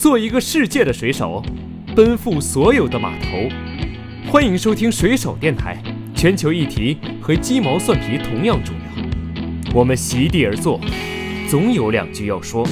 做一个世界的水手，奔赴所有的码头。欢迎收听水手电台，全球议题和鸡毛蒜皮同样重要。我们席地而坐，总有两句要说。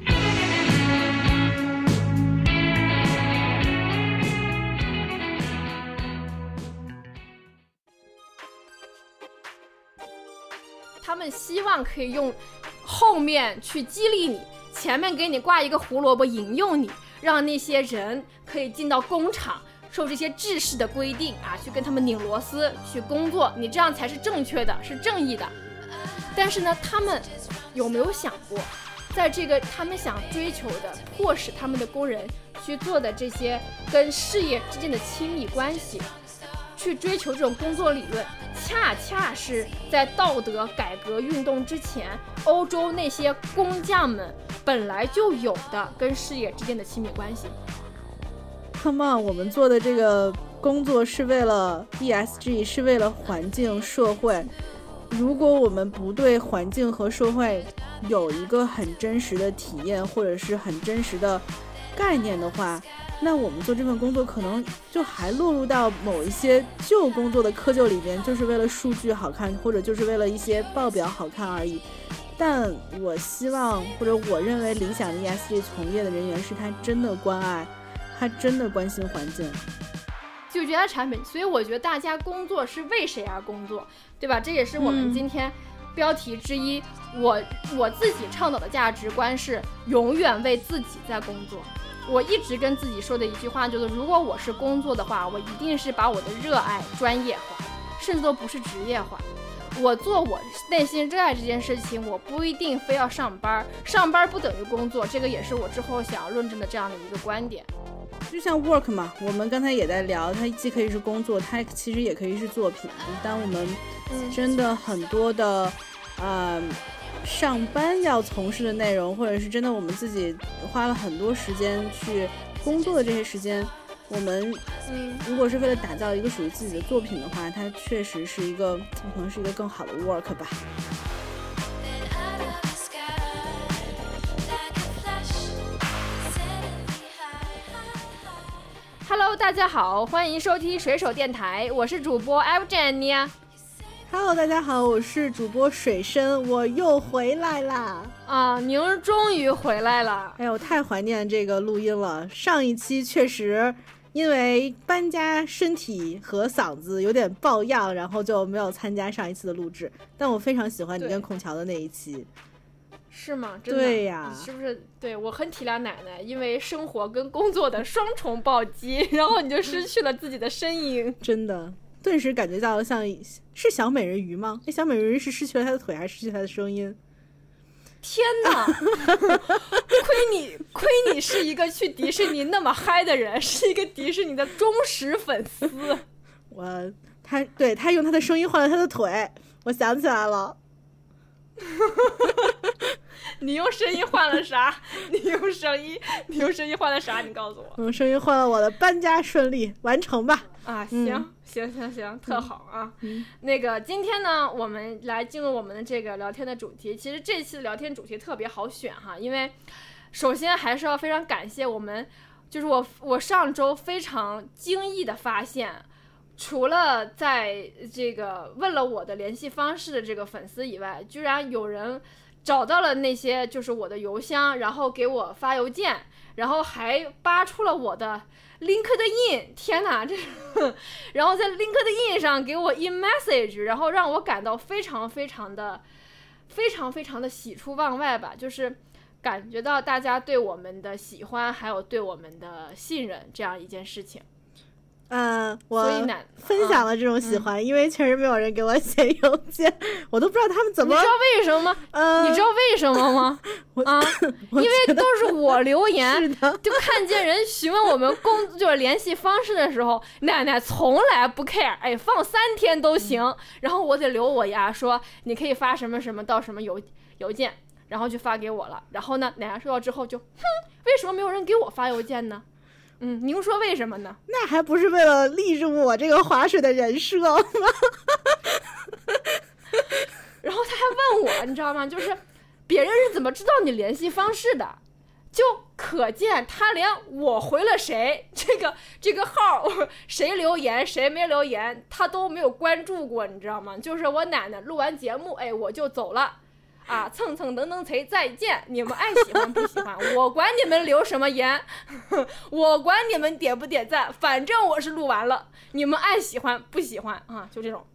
他们希望可以用后面去激励你，前面给你挂一个胡萝卜引诱你，让那些人可以进到工厂，受这些制式的规定啊，去跟他们拧螺丝去工作，你这样才是正确的，是正义的。但是呢，他们有没有想过，在这个他们想追求的迫使他们的工人去做的这些跟事业之间的亲密关系，去追求这种工作理论，恰恰是在道德改革运动之前，欧洲那些工匠们本来就有的跟事业之间的亲密关系。 Come on， 我们做的这个工作是为了 ESG， 是为了环境社会。如果我们不对环境和社会有一个很真实的体验，或者是很真实的概念的话，那我们做这份工作可能就还落入到某一些旧工作的窠臼里面，就是为了数据好看，或者就是为了一些报表好看而已。但我希望，或者我认为理想的 ESG 从业的人员是他真的关爱，他真的关心环境， 就觉得产品。所以我觉得大家工作是为谁而工作，对吧？这也是我们今天标题之一。我自己倡导的价值观是永远为自己在工作。我一直跟自己说的一句话就是，如果我是工作的话，我一定是把我的热爱专业化，甚至都不是职业化。我做我内心热爱这件事情，我不一定非要上班，上班不等于工作，这个也是我之后想要论证的这样的一个观点。 就像 work 嘛，我们刚才也在聊，它既可以是工作，它其实也可以是作品。当我们真的很多的上班要从事的内容，或者是真的我们自己花了很多时间去工作的这些时间，我们如果是为了打造一个属于自己的作品的话，它确实是一个可能是一个更好的 work 吧。 Hello， 大家好，欢迎收听水手电台，我是主播 Evgenia。Hello， 大家好，我是主播水深，我又回来啦！ 啊，您终于回来了！ 哎呦，太怀念这个录音了。上一期确实因为搬家，身体和嗓子有点抱恙，然后就没有参加上一次的录制。但我非常喜欢你跟孔乔的那一期。 是吗？真的？ 对呀， 是不是？对，我很体谅奶奶，因为生活跟工作的双重暴击，然后你就失去了自己的身影。 真的，顿时感觉到像是小美人鱼吗？那小美人鱼是失去了她的腿，还是失去她的声音？ 天哪！亏你是一个去迪士尼那么嗨的人，是一个迪士尼的忠实粉丝。 他用他的声音换了他的腿，我想起来了。 你用声音换了啥？你用声音换了啥？你告诉我。 用声音换了我的搬家顺利完成吧。 啊，行，特好啊。那个今天呢，我们来进入我们的这个聊天的主题。其实这期的聊天主题特别好选哈，因为首先还是要非常感谢我们，就是我上周非常惊异的发现，除了在这个问了我的联系方式的这个粉丝以外，居然有人找到了那些就是我的邮箱，然后给我发邮件，然后还扒出了我的 LinkedIn， 天哪，这是然后在 LinkedIn 上给我 message， 然后让我感到非常非常的喜出望外吧，就是感觉到大家对我们的喜欢，还有对我们的信任这样一件事情。 我分享了这种喜欢，因为确实没有人给我写邮件，我都不知道他们怎么。 你知道为什么吗？你知道为什么吗？因为都是我留言，就看见人询问我们就是联系方式的时候，奶奶从来不 care， 哎，放3天都行，然后我得留我呀，说你可以发什么什么到什么邮件，然后就发给我了。然后呢，奶奶收到之后就，为什么没有人给我发邮件呢？您说为什么呢？ 那还不是为了立住我这个划水的人设吗？ 然后他还问我，你知道吗？就是别人是怎么知道你联系方式的？ 就可见他连我回了谁，这个号谁留言谁没留言他都没有关注过，你知道吗？就是我奶奶录完节目，哎，我就走了啊，蹭蹭蹬蹬锤再见，你们爱喜欢不喜欢我管你们留什么言我管你们点不点赞，反正我是录完了，你们爱喜欢不喜欢啊，就这种。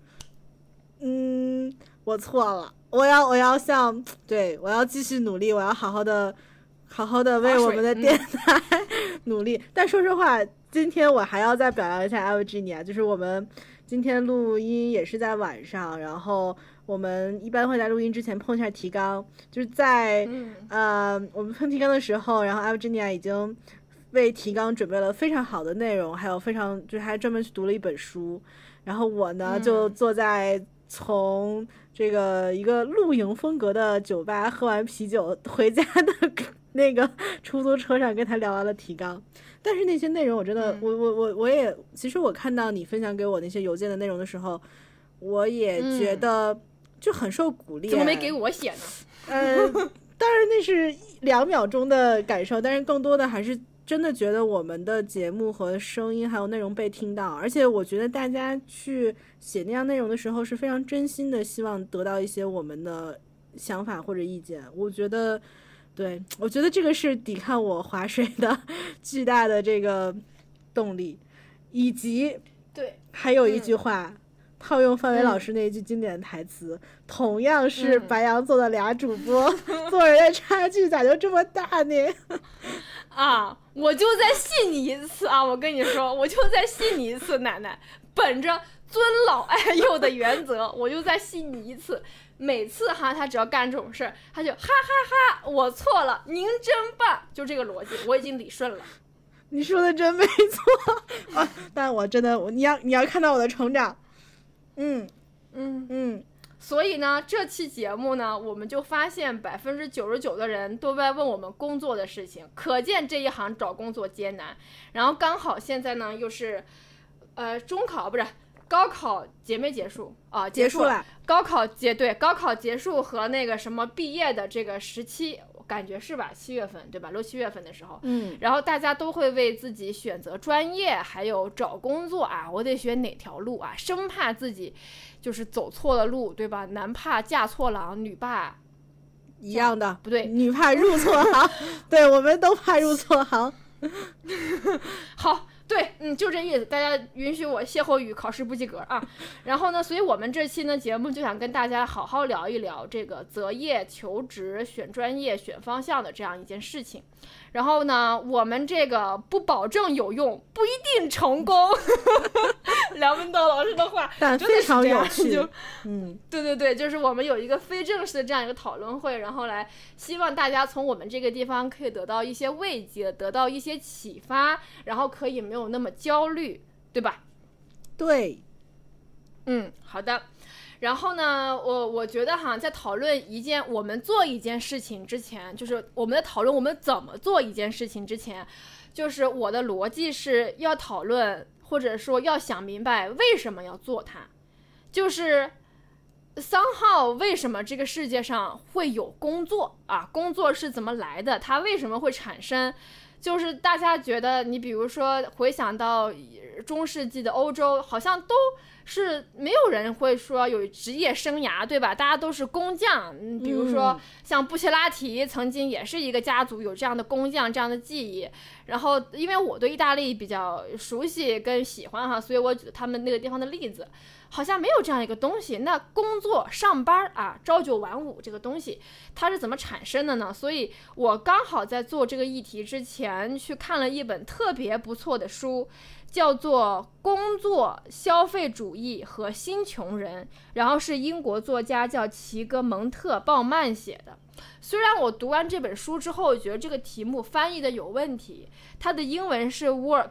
我错了，我要继续努力，我要好好的为我们的电台努力。但说实话，今天我还要再表扬一下 Virginia， 就是我们今天录音也是在晚上，然后我们一般会在录音之前碰一下提纲，就是在我们碰提纲的时候，然后 Virginia 已经为提纲准备了非常好的内容，还有就是还专门去读了一本书，然后我呢就坐在从这个一个露营风格的酒吧喝完啤酒回家的那个出租车上跟他聊完了提纲。但是那些内容我真的我也其实我看到你分享给我那些邮件的内容的时候，我也觉得就很受鼓励。 怎么没给我写呢？ 当然那是2秒钟的感受，但是更多的还是真的觉得我们的节目和声音还有内容被听到，而且我觉得大家去写那样内容的时候是非常真心的希望得到一些我们的想法或者意见。我觉得这个是抵抗我划水的巨大的这个动力。以及对， 还有一句话，套用范伟老师那一句经典的台词，同样是白羊座的俩主播，做人的差距咋就这么大呢？ 啊，我就再信你一次啊！我跟你说，我就再信你一次，奶奶，本着尊老爱幼的原则，我就再信你一次。每次哈，他只要干这种事儿，他就哈哈哈，我错了，您真棒，就这个逻辑，我已经理顺了。 你说的真没错啊！但我真的，你要看到我的成长。 所以呢，这期节目呢，我们就发现99%的人都在问我们工作的事情，可见这一行找工作艰难。然后刚好现在呢，又是高考结没结束啊？结束了。高考结束和那个什么毕业的这个时期，感觉是吧？7月份对吧？6、7月份的时候，然后大家都会为自己选择专业，还有找工作啊，我得选哪条路啊？生怕自己就是走错了路，对吧？男怕嫁错郎，女怕一样的， 不对， 女怕入错行，对，我们都怕入错行。 好。对，就这意思。大家允许我歇后语考试不及格啊。然后呢，所以我们这期呢节目就想跟大家好好聊一聊这个择业、求职、选专业、选方向的这样一件事情。然后呢，我们这个不保证有用，不一定成功。梁文道老师的话， 但非常有趣。 对，就是我们有一个非正式的这样一个讨论会，然后来希望大家从我们这个地方可以得到一些慰藉，得到一些启发，然后可以没有那么焦虑，对吧？ 对， 好的。然后呢，我觉得哈，在讨论我们做一件事情之前，就是我们在讨论我们怎么做一件事情之前，就是我的逻辑是要讨论，或者说要想明白为什么要做它，就是somehow为什么这个世界上会有工作啊？工作是怎么来的？它为什么会产生？就是大家觉得，你比如说回想到中世纪的欧洲，好像都是没有人会说有职业生涯，对吧？大家都是工匠。比如说像布切拉提曾经也是一个家族有这样的工匠这样的技艺。然后因为我对意大利比较熟悉跟喜欢哈，所以我举他们那个地方的例子，好像没有这样一个东西。那工作上班啊，朝九晚五这个东西它是怎么产生的呢？所以我刚好在做这个议题之前去看了一本特别不错的书，叫做《工作、消费主义和新穷人》，然后是英国作家叫齐格蒙特·鲍曼写的。虽然我读完这本书之后觉得这个题目翻译的有问题，它的英文是 work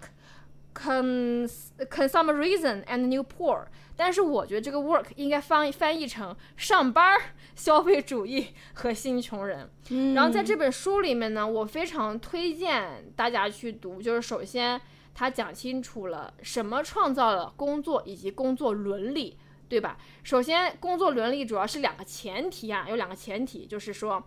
consumerism and new poor， 但是我觉得这个 work 应该翻译成上班、消费主义和新穷人。然后在这本书里面呢，我非常推荐大家去读，就是首先他讲清楚了什么创造了工作以及工作伦理，对吧？首先工作伦理主要是2个前提啊，有2个前提，就是说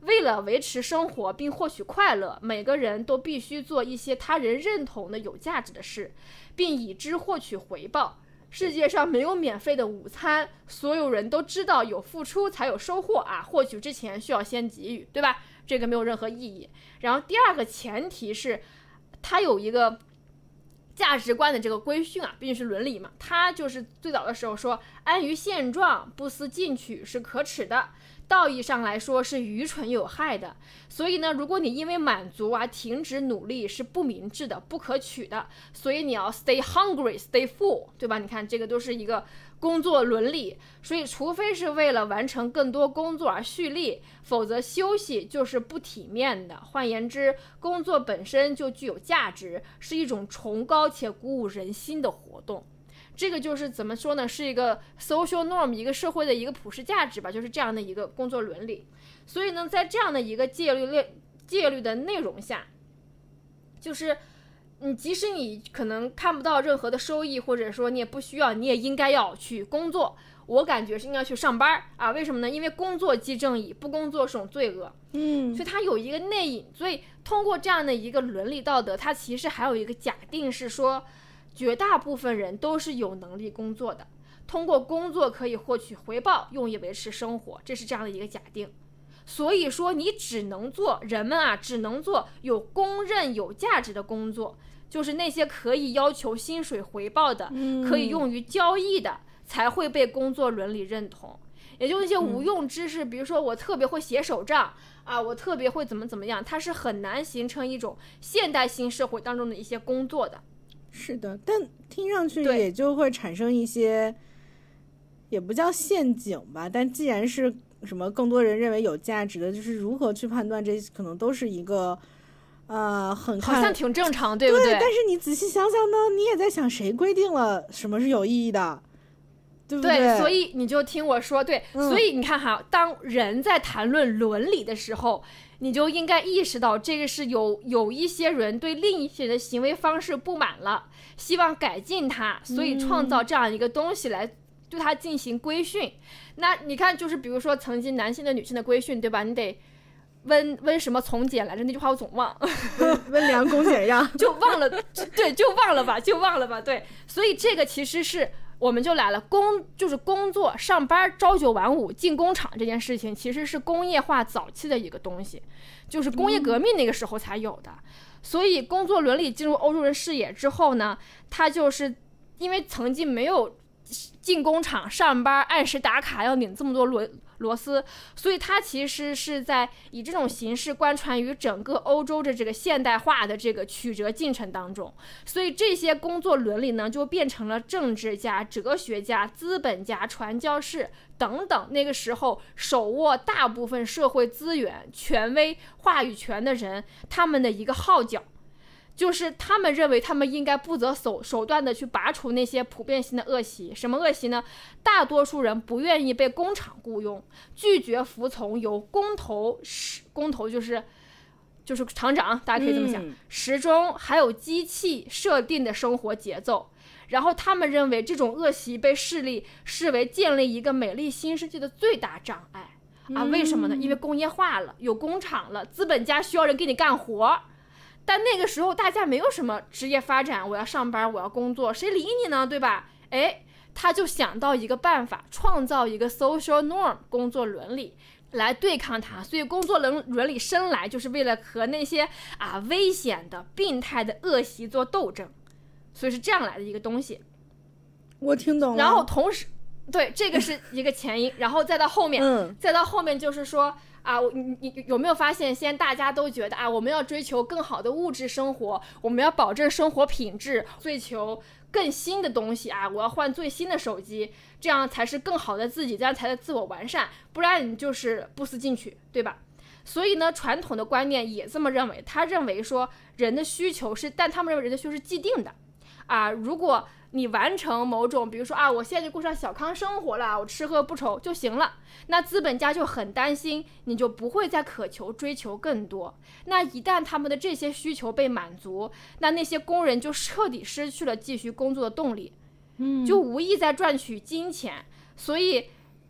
为了维持生活并获取快乐，每个人都必须做一些他人认同的有价值的事，并以之获取回报。世界上没有免费的午餐，所有人都知道有付出才有收获啊，获取之前需要先给予，对吧？这个没有任何意义。然后第二个前提是它有一个价值观的这个规训啊，毕竟是伦理嘛，它就是最早的时候说安于现状不思进取是可耻的，道义上来说是愚蠢有害的。所以呢，如果你因为满足啊停止努力是不明智的，不可取的。所以你要 stay hungry stay full， 对吧？你看这个都是一个工作伦理。所以除非是为了完成更多工作而蓄力，否则休息就是不体面的。换言之，工作本身就具有价值，是一种崇高且鼓舞人心的活动。这个就是怎么说呢，是一个 social norm， 一个社会的一个普世价值吧，就是这样的一个工作伦理。所以呢，在这样的一个戒律的内容下，就是即使你可能看不到任何的收益，或者说你也不需要，你也应该要去工作。我感觉是应该去上班啊，为什么呢？因为工作即正义，不工作是种罪恶。所以它有一个内隐。所以通过这样的一个伦理道德，它其实还有一个假定是说，绝大部分人都是有能力工作的，通过工作可以获取回报，用以维持生活，这是这样的一个假定。所以说你只能做，人们啊只能做有公认有价值的工作，就是那些可以要求薪水回报的，可以用于交易的，才会被工作伦理认同。也就是一些无用知识，比如说我特别会写手账啊，我特别会怎么样，它是很难形成一种现代新社会当中的一些工作的。 是的，但听上去也就会产生一些，也不叫陷阱吧，但既然是什么更多人认为有价值的，就是如何去判断，这可能都是一个很好像挺正常，对不对？ 但是你仔细想想呢，你也在想谁规定了什么是有意义的，对不对？ 对，所以你就听我说，对，所以你看哈，当人在谈论伦理的时候，你就应该意识到，这个是有一些人对另一些人的行为方式不满了，希望改进它，所以创造这样一个东西来对它进行规训。那你看，就是比如说曾经男性对女性的规训，对吧？你得温什么从简来着？那句话我总忘。 温良恭俭让， 就忘了，对，就忘了吧。对，所以这个其实是我们就来了，就是工作上班朝九晚五进工厂这件事情，其实是工业化早期的一个东西，就是工业革命那个时候才有的。所以工作伦理进入欧洲人视野之后呢，它就是因为曾经没有进工厂上班按时打卡要拧这么多螺丝，所以它其实是在以这种形式贯穿于整个欧洲的这个现代化的这个曲折进程当中。所以这些工作伦理呢，就变成了政治家、哲学家、资本家、传教士等等那个时候手握大部分社会资源、权威、话语权的人，他们的一个号角。就是他们认为他们应该不择手段的去拔除那些普遍性的恶习。什么恶习呢？大多数人不愿意被工厂雇佣，拒绝服从由工头就是厂长，大家可以这么想，时钟还有机器设定的生活节奏。然后他们认为这种恶习被视为建立一个美丽新世界的最大障碍啊！为什么呢？因为工业化了，有工厂了，资本家需要人给你干活。但那个时候大家没有什么职业发展，我要上班，我要工作，谁理你呢，对吧？他就想到一个办法，创造一个 social norm 工作伦理来对抗它。所以工作伦理生来就是为了和那些危险的病态的恶习做斗争，所以是这样来的一个东西。 我听懂了。 然后同时对，这个是一个前因，然后再到后面就是说你有没有发现，现在大家都觉得我们要追求更好的物质生活，我们要保证生活品质，追求更新的东西我要换最新的手机，这样才是更好的自己，这样才是自我完善，不然你就是不思进取，对吧？所以呢，传统的观念也这么认为，他认为说人的需求是，但他们认为人的需求是既定的如果你完成某种，比如说我现在就过上小康生活了，我吃喝不愁就行了，那资本家就很担心，你就不会再渴求追求更多。那一旦他们的这些需求被满足，那些工人就彻底失去了继续工作的动力，就无意在赚取金钱。所以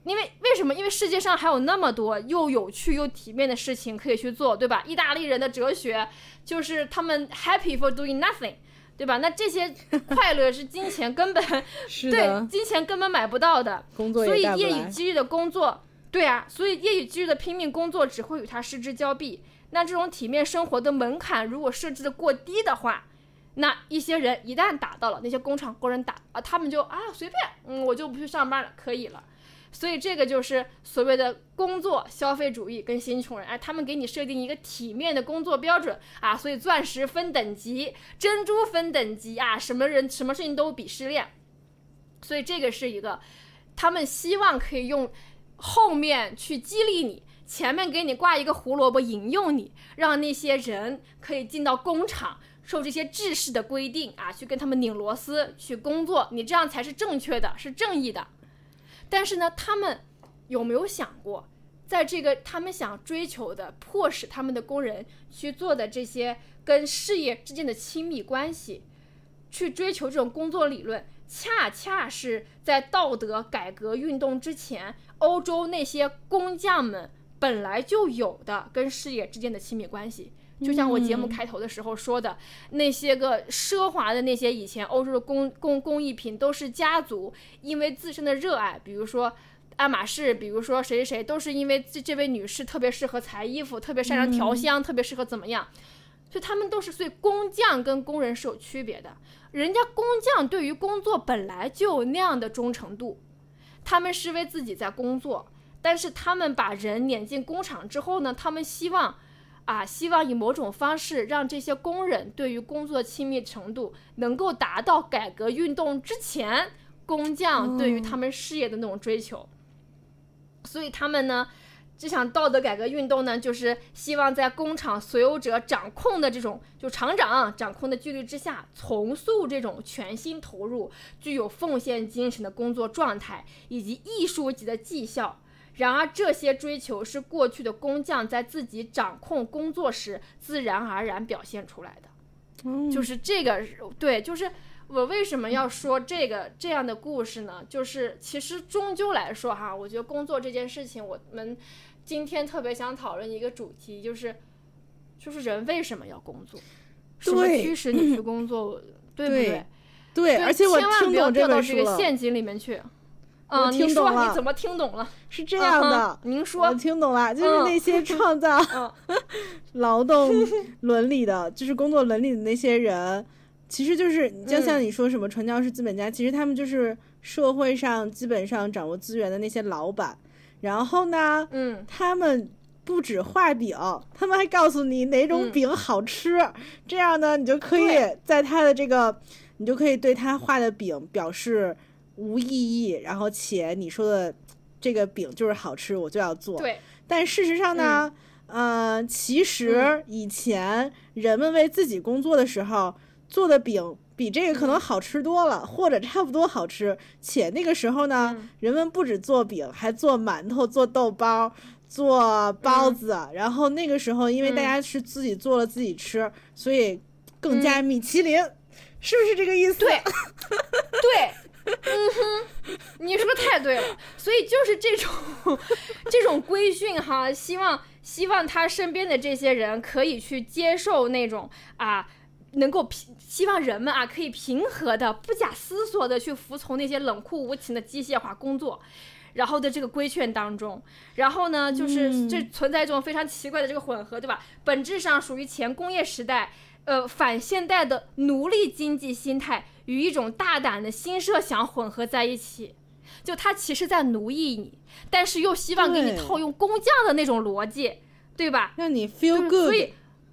因为为什么？因为世界上还有那么多又有趣又体面的事情可以去做，对吧？意大利人的哲学就是他们 happy for doing nothing， 对吧？那这些快乐是金钱根本是的， 对，金钱根本买不到的， 工作所以也带不来业余机遇的工作，对啊，所以业余机遇的拼命工作只会与他失之交臂。那这种体面生活的门槛如果设置的过低的话，那一些人一旦达到了，那些工厂工人他们就随便，我就不去上班了，可以了。所以这个就是所谓的工作消费主义跟新穷人，他们给你设定一个体面的工作标准啊，所以钻石分等级，珍珠分等级啊，什么人什么事情都鄙视链。所以这个是一个他们希望可以用后面去激励你，前面给你挂一个胡萝卜引诱你，让那些人可以进到工厂受这些制式的规定啊，去跟他们拧螺丝去工作，你这样才是正确的，是正义的。但是呢，他们有没有想过，在这个他们想追求的迫使他们的工人去做的这些跟事业之间的亲密关系，去追求这种工作理论，恰恰是在道德改革运动之前，欧洲那些工匠们本来就有的跟事业之间的亲密关系。就像我节目开头的时候说的，那些个奢华的那些以前欧洲的工艺品，都是家族因为自身的热爱，比如说爱马仕，比如说谁谁谁，都是因为这位女士特别适合裁衣服，特别擅长调香，特别适合怎么样，所以他们都是，所以工匠跟工人是有区别的。人家工匠对于工作本来就有那样的忠诚度，他们是为自己在工作，但是他们把人撵进工厂之后呢，他们希望以某种方式让这些工人对于工作亲密程度能够达到改革运动之前工匠对于他们事业的那种追求。所以他们呢，这场道德改革运动呢，就是希望在工厂所有者掌控的这种，就厂长掌控的纪律之下，重塑这种全心投入、具有奉献精神的工作状态以及艺术级的绩效。然而这些追求是过去的工匠在自己掌控工作时自然而然表现出来的。就是这个，对，就是我为什么要说这样的故事呢？就是其实终究来说哈，我觉得工作这件事情，我们今天特别想讨论一个主题，就是人为什么要工作，什么驱使你去工作，对不对？ 对，而且我千万不要掉到这个陷阱里面去。你说你怎么听懂了？ 是这样的， 您说。 我听懂了，就是那些创造劳动伦理的，就是工作伦理的那些人，其实就是就像你说什么传教士资本家，其实他们就是社会上基本上掌握资源的那些老板。然后呢，他们不止画饼，他们还告诉你哪种饼好吃，这样呢，你就可以在他的这个，你就可以对他画的饼表示无意义，然后且你说的这个饼就是好吃，我就要做。 对， 但事实上呢，其实以前人们为自己工作的时候做的饼比这个可能好吃多了，或者差不多好吃。且那个时候呢，人们不止做饼，还做馒头、做豆包、做包子。然后那个时候，因为大家是自己做了自己吃，所以更加米其林，是不是这个意思？ 对，对。你说太对了，所以就是这种规训哈，希望他身边的这些人可以去接受那种能够希望人们可以平和的、不假思索的去服从那些冷酷无情的机械化工作，然后的这个规劝当中，然后呢，就是这存在一种非常奇怪的这个混合，对吧？本质上属于前工业时代反现代的奴隶经济心态与一种大胆的新设想混合在一起，就他其实在奴役你，但是又希望给你套用工匠的那种逻辑，对吧？ 让你 feel good。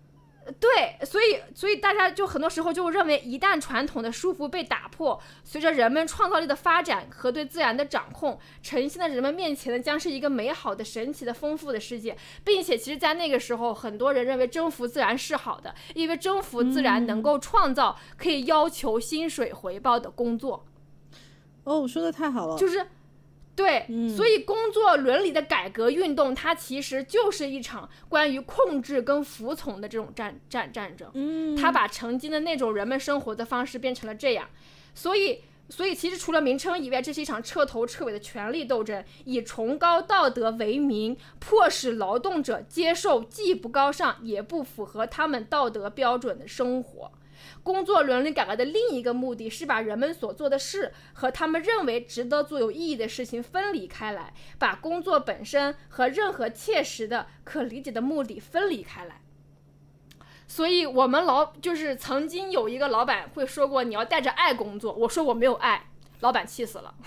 所以大家就很多时候就认为，一旦传统的束缚被打破，随着人们创造力的发展和对自然的掌控，呈现在人们面前的将是一个美好的、神奇的、丰富的世界。并且其实在那个时候，很多人认为征服自然是好的，因为征服自然能够创造可以要求薪水回报的工作。 说的太好了。 就是对，所以工作伦理的改革运动，它其实就是一场关于控制跟服从的这种战争。它把曾经的那种人们生活的方式变成了这样。所以所以其实除了名称以外，这是一场彻头彻尾的权力斗争，以崇高道德为名，迫使劳动者接受既不高尚也不符合他们道德标准的生活。工作伦理改革的另一个目的是把人们所做的事和他们认为值得做有意义的事情分离开来，把工作本身和任何切实的可理解的目的分离开来。所以我们就是曾经有一个老板会说过，你要带着爱工作，我说我没有爱，老板气死了。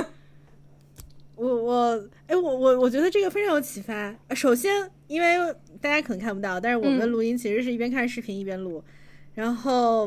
我觉得这个非常有启发。首先因为大家可能看不到，但是我们录音其实是一边看视频一边录，然后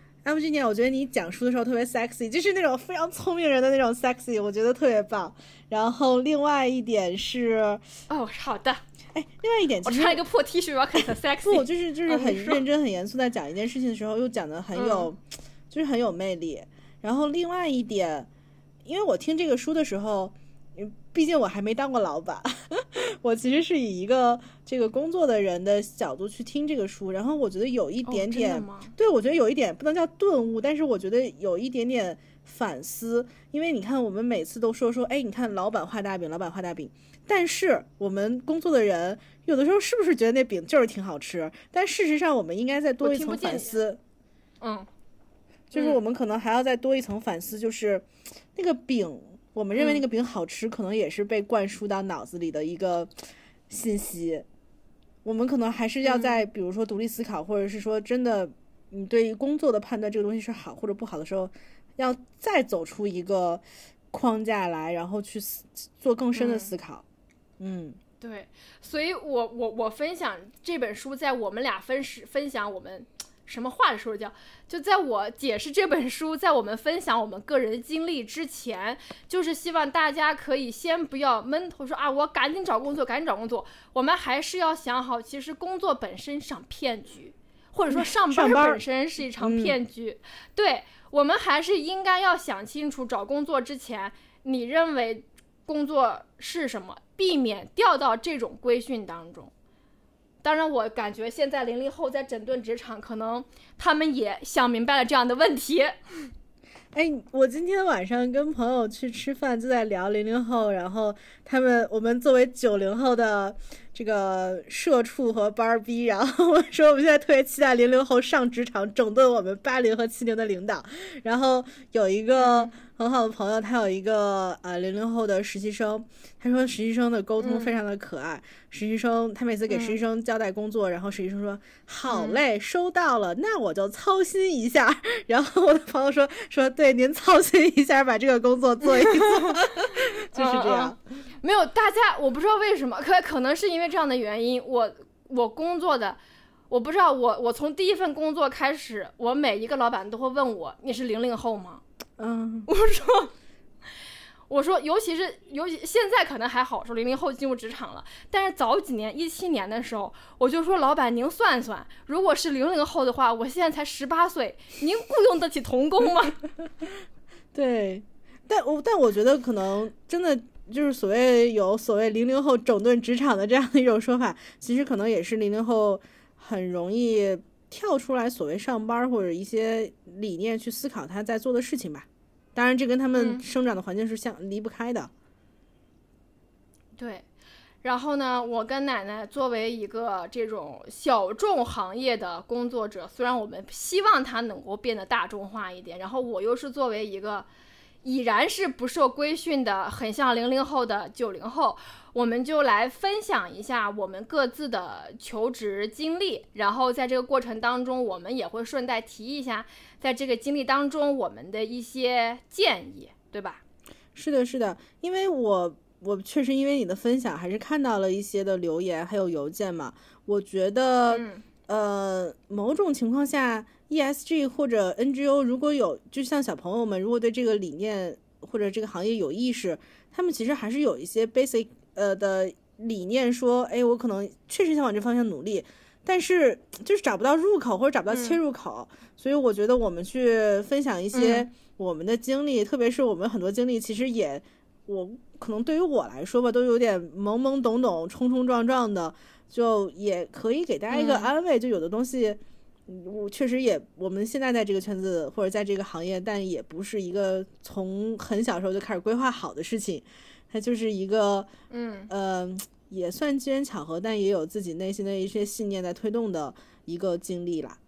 M G 年我觉得你讲述的时候特别 sexy， 就是那种非常聪明人的那种 sexy， 我觉得特别棒。然后另外一点是好的， 另外一点，其实我穿一个破 T 恤，我很 sexy。 不，就是很认真、很严肃在讲一件事情的时候，又讲得很有，就是很有魅力。然后另外一点，因为我听这个书的时候，毕竟我还没当过老板，我其实是以一个这个工作的人的角度去听这个书，然后我觉得有一点点，对，我觉得有一点不能叫顿悟，但是我觉得有一点点反思。因为你看，我们每次都说，你看老板画大饼，老板画大饼。但是我们工作的人有的时候是不是觉得那饼就是挺好吃？但事实上我们应该再多一层反思。就是我们可能还要再多一层反思，就是那个饼，我们认为那个饼好吃，可能也是被灌输到脑子里的一个信息。我们可能还是要在比如说独立思考，或者是说真的你对于工作的判断这个东西是好或者不好的时候，要再走出一个框架来，然后去做更深的思考。 对，所以我分享这本书，在我们俩分享我们什么话的时候就在我解释这本书，在我们分享我们个人经历之前，就是希望大家可以先不要闷头说我赶紧找工作，我们还是要想好，其实工作本身是场骗局，或者说上班本身是一场骗局。对，我们还是应该要想清楚，找工作之前你认为工作是什么，避免掉到这种规训当中。当然我感觉现在00后在整顿职场，可能他们也想明白了这样的问题。 我今天晚上跟朋友去吃饭，就在聊00后，然后我们作为90后的这个社畜和班儿逼，然后我说我们现在特别期待00后上职场整顿我们80和70的领导。然后有一个很好的朋友，他有一个00后的实习生，他说实习生的沟通非常的可爱。实习生他每次给实习生交代工作，然后实习生说好嘞，收到了，那我就操心一下。然后我的朋友说对，您操心一下，把这个工作做一做。就是这样。 没有，大家我不知道为什么，可能是因为这样的原因，我工作的，我不知道，我从第一份工作开始，我每一个老板都会问我，你是00后吗？我说尤其现在可能还好，说00后进入职场了，但是早几年17年的时候，我就说老板您算算，如果是00后的话，我现在才18岁，您雇佣得起童工吗？ 对，但我觉得可能真的就是有所谓00后整顿职场的这样的一种说法，其实可能也是00后很容易跳出来所谓上班或者一些理念去思考他在做的事情吧。当然这跟他们生长的环境是离不开的。 对，然后呢，我跟奶奶作为一个这种小众行业的工作者，虽然我们希望它能够变得大众化一点，然后我又是作为一个已然是不受规训的很像00后的90后，我们就来分享一下我们各自的求职经历，然后在这个过程当中我们也会顺带提一下在这个经历当中我们的一些建议，对吧？ 是的，因为我确实因为你的分享还是看到了一些的留言还有邮件嘛，我觉得某种情况下ESG 或者 NGO 如果有，就像小朋友们如果对这个理念或者这个行业有意识，他们其实还是有一些 basic 的理念，说我可能确实想往这方向努力，但是就是找不到入口或者找不到切入口。所以我觉得我们去分享一些我们的经历，特别是我们很多经历其实我可能对于我来说吧，都有点懵懵懂懂冲冲撞撞的，就也可以给大家一个安慰，就有的东西我确实也，我们现在在这个圈子或者在这个行业，但也不是一个从很小时候就开始规划好的事情，它就是一个也算机缘巧合，但也有自己内心的一些信念在推动的一个经历啦。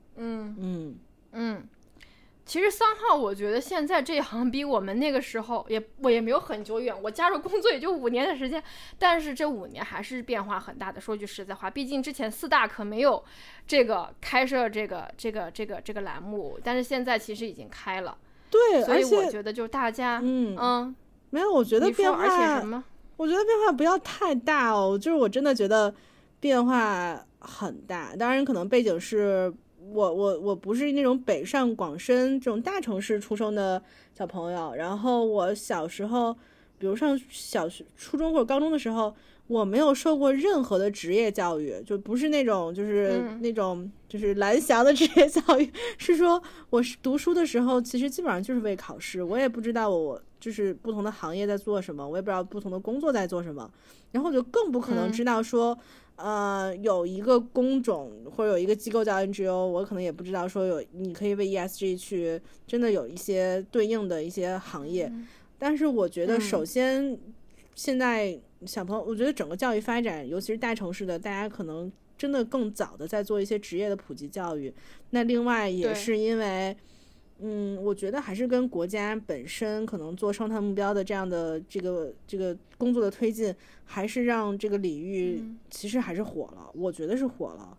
其实3号我觉得现在这一行比我们那个时候我也没有很久远，我加入工作也就5年的时间，但是这5年还是变化很大的。说句实在话，毕竟之前4大可没有这个开设这个栏目，但是现在其实已经开了。 对， 所以我觉得就大家没有，我觉得变化， 而且什么？ 我觉得变化不要太大哦，就是我真的觉得变化很大。当然可能背景是我不是那种北上广深这种大城市出生的小朋友，然后我小时候比如上小学初中或者高中的时候，我没有受过任何的职业教育，就不是那种那种就是蓝翔的职业教育，是说我读书的时候其实基本上就是为考试，我也不知道我就是不同的行业在做什么，我也不知道不同的工作在做什么，然后我就更不可能知道说有一个工种或者有一个机构叫 NGO， 我可能也不知道说你可以为 ESG 去真的有一些对应的一些行业。但是我觉得首先现在小朋友，我觉得整个教育发展，尤其是大城市的，大家可能真的更早的在做一些职业的普及教育。那另外也是因为我觉得还是跟国家本身可能做双碳目标的这样的这个工作的推进，还是让这个领域其实还是火了，我觉得是火了。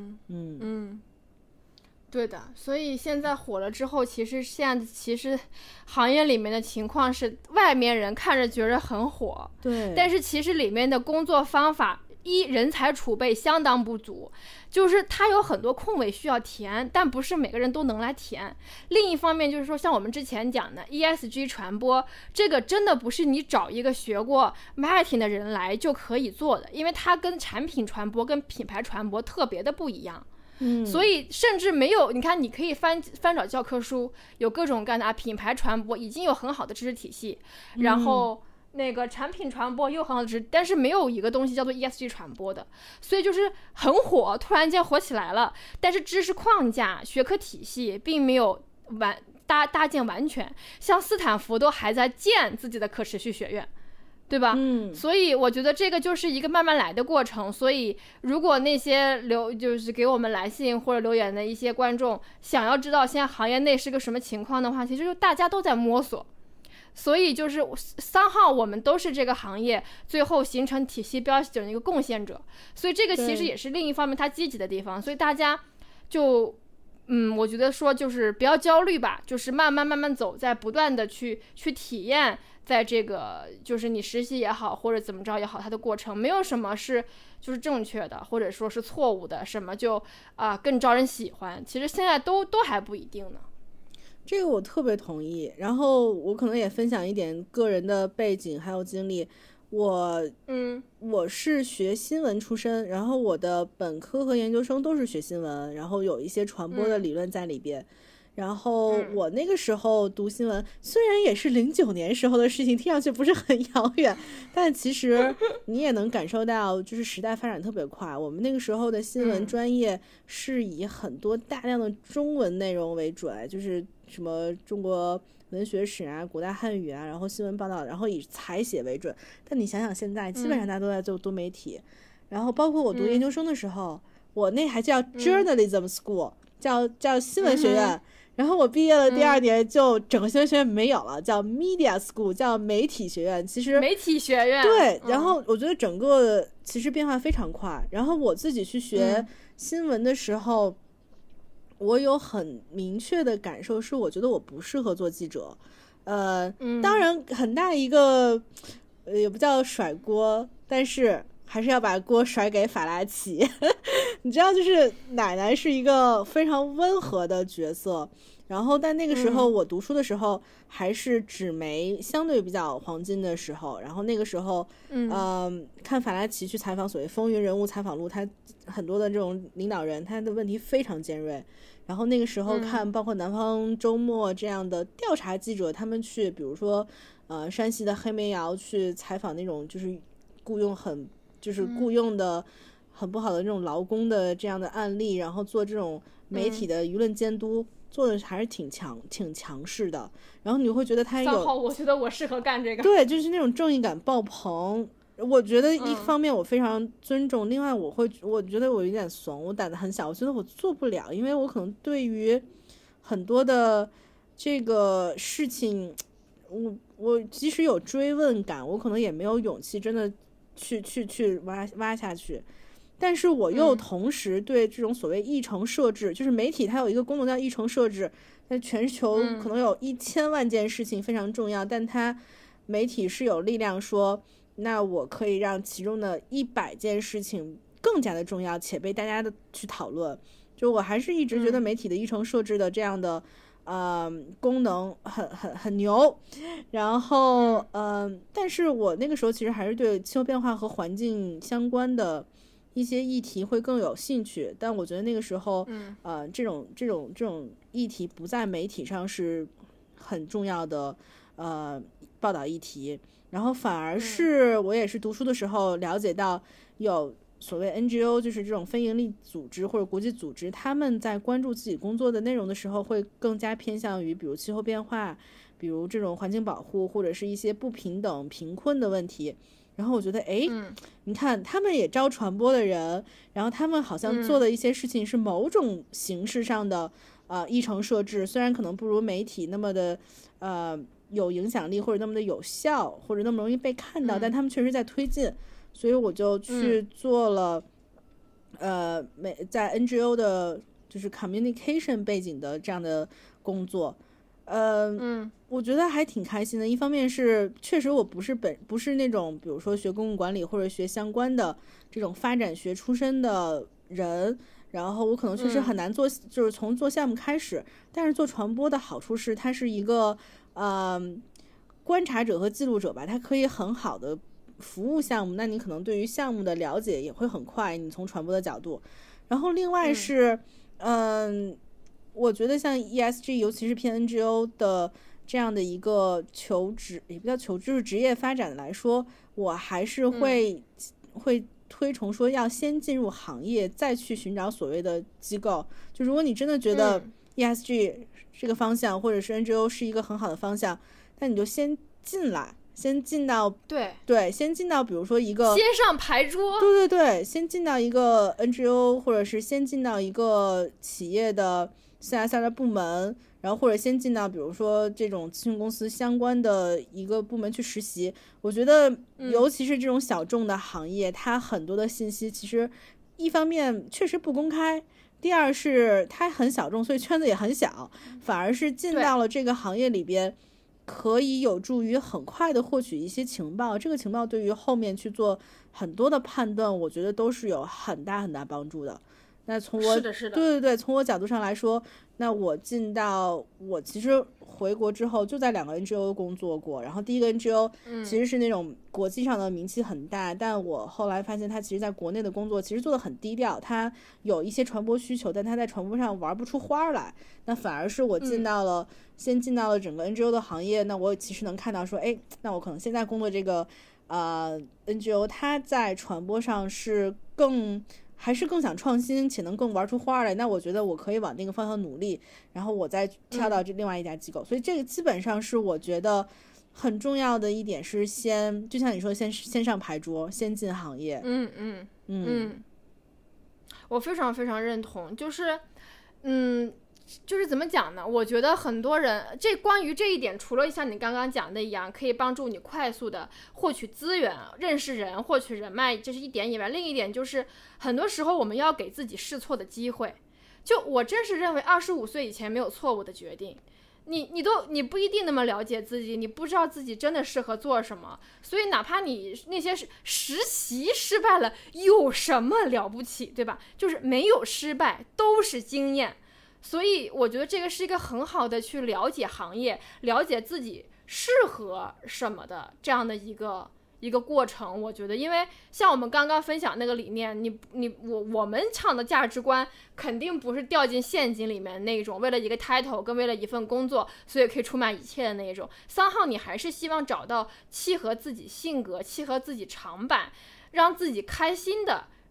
对的，所以现在火了之后，其实行业里面的情况是外面人看着觉得很火， 对， 但是其实里面的工作方法人才储备相当不足，就是它有很多空位需要填，但不是每个人都能来填。另一方面就是说，像我们之前讲的 ESG 传播，这个真的不是你找一个学过 marketing 的人来就可以做的，因为它跟产品传播跟品牌传播特别的不一样。所以甚至没有，你看你可以翻找教科书，有各种各样的品牌传播已经有很好的知识体系，然后那个产品传播又很好的知识，但是没有一个东西叫做 ESG 传播的，所以就是很火，突然间火起来了，但是知识框架学科体系并没有搭建完全，像斯坦福都还在建自己的可持续学院，对吧？所以我觉得这个就是一个慢慢来的过程。所以如果那些就是给我们来信或者留言的一些观众想要知道现在行业内是个什么情况的话，其实就大家都在摸索。所以就是3号我们都是这个行业最后形成体系标准的一个贡献者，所以这个其实也是另一方面它积极的地方。所以大家就我觉得说就是不要焦虑吧，就是慢慢走，在不断的去体验，在这个就是你实习也好或者怎么着也好，它的过程没有什么是就是正确的或者说是错误的，什么就更招人喜欢，其实现在都还不一定呢。 这个我特别同意，然后我可能也分享一点个人的背景还有经历。我是学新闻出身，然后我的本科和研究生都是学新闻，然后有一些传播的理论在里边。然后我那个时候读新闻，虽然也是09年时候的事情，听上去不是很遥远，但其实你也能感受到，就是时代发展特别快。我们那个时候的新闻专业是以很多大量的中文内容为准，就是什么中国文学史啊、古代汉语啊，然后新闻报道，然后以采写为准。但你想想现在，基本上大家都在做多媒体，然后包括我读研究生的时候，我那还叫 journalism school，叫新闻学院。然后我毕业了第2年，就整个新闻学院没有了，叫 media school， 叫媒体学院。其实媒体学院对，然后我觉得整个其实变化非常快。然后我自己去学新闻的时候，我有很明确的感受，是我觉得我不适合做记者。当然很大一个也不叫甩锅，但是还是要把锅甩给法拉奇。你知道，就是奶奶是一个非常温和的角色，然后但那个时候我读书的时候还是纸媒相对比较黄金的时候，然后那个时候看法拉奇去采访所谓风云人物采访录，他很多的这种领导人他的问题非常尖锐，然后那个时候看包括南方周末这样的调查记者，他们去比如说山西的黑煤窑去采访那种就是雇佣的很不好的这种劳工的这样的案例，然后做这种媒体的舆论监督，做的还是挺强势的。然后你会觉得他有 3号，我觉得我适合干这个。 对，就是那种正义感爆棚。我觉得一方面我非常尊重，另外我觉得我有点怂，我胆子很小，我觉得我做不了，因为我可能对于很多的这个事情，我即使有追问感，我可能也没有勇气真的去挖下去。但是我又同时对这种所谓议程设置，就是媒体它有一个功能叫议程设置，在全球可能有1000万件事情非常重要，但它媒体是有力量说，那我可以让其中的100件事情更加的重要且被大家的去讨论。就我还是一直觉得媒体的议程设置的这样的功能很牛。然后但是我那个时候其实还是对气候变化和环境相关的一些议题会更有兴趣，但我觉得那个时候这种议题不在媒体上是很重要的报道议题。然后反而是我也是读书的时候了解到有所谓 NGO， 就是这种非营利组织或者国际组织，他们在关注自己工作的内容的时候会更加偏向于比如气候变化，比如这种环境保护，或者是一些不平等贫困的问题。然后我觉得你看他们也招传播的人，然后他们好像做的一些事情是某种形式上的议程设置，虽然可能不如媒体那么的有影响力或者那么的有效或者那么容易被看到，但他们确实在推进。所以我就去做了在 NGO 的就是 communication 背景的这样的工作。我觉得还挺开心的。一方面是确实我不是那种比如说学公共管理或者学相关的这种发展学出身的人，然后我可能确实很难做就是从做项目开始。但是做传播的好处是它是一个观察者和记录者吧，它可以很好的服务项目，那你可能对于项目的了解也会很快，你从传播的角度。然后另外是我觉得像 ESG 尤其是偏 NGO 的这样的一个求职也不叫求职，就是职业发展来说，我还是会推崇说要先进入行业再去寻找所谓的机构。就如果你真的觉得 ESG 这个方向或者是 NGO 是一个很好的方向，那你就先进来，先进到对，先进到比如说一个先上牌桌， 对，先进到一个 NGO， 或者是先进到一个企业的 CSR 的部门，然后或者先进到比如说这种咨询公司相关的一个部门去实习。我觉得尤其是这种小众的行业，它很多的信息其实一方面确实不公开，第二是它很小众，所以圈子也很小，反而是进到了这个行业里边可以有助于很快的获取一些情报，这个情报对于后面去做很多的判断，我觉得都是有很大很大帮助的。那从我是的对，从我角度上来说，那我其实回国之后就在2个 NGO 工作过，然后第一个 NGO 其实是那种国际上的名气很大，但我后来发现他其实在国内的工作其实做得很低调，他有一些传播需求，但他在传播上玩不出花来。那反而是我先进到了整个 NGO 的行业，那我其实能看到说那我可能现在工作这个NGO 它在传播上还是更想创新且能更玩出花来，那我觉得我可以往那个方向努力，然后我再跳到另外一家机构。所以这个基本上是我觉得很重要的一点，是就像你说先上牌桌，先进行业。 我非常非常认同。就是怎么讲呢，我觉得很多人关于这一点，除了像你刚刚讲的一样可以帮助你快速的获取资源、认识人、获取人脉，这是一点以外，另一点就是很多时候我们要给自己试错的机会。就我真是认为25岁以前没有错误的决定，你不一定那么了解自己，你不知道自己真的适合做什么，所以哪怕你那些实习失败了有什么了不起，对吧？就是没有失败都是经验。所以我觉得这个是一个很好的去了解行业、了解自己适合什么的这样的一个过程。我觉得因为像我们刚刚分享那个理念，我们唱的价值观肯定不是掉进陷阱里面那种，为了一个 title 跟为了一份工作所以可以出卖一切的那种。3号你还是希望找到契合自己性格、契合自己长板，让自己开心的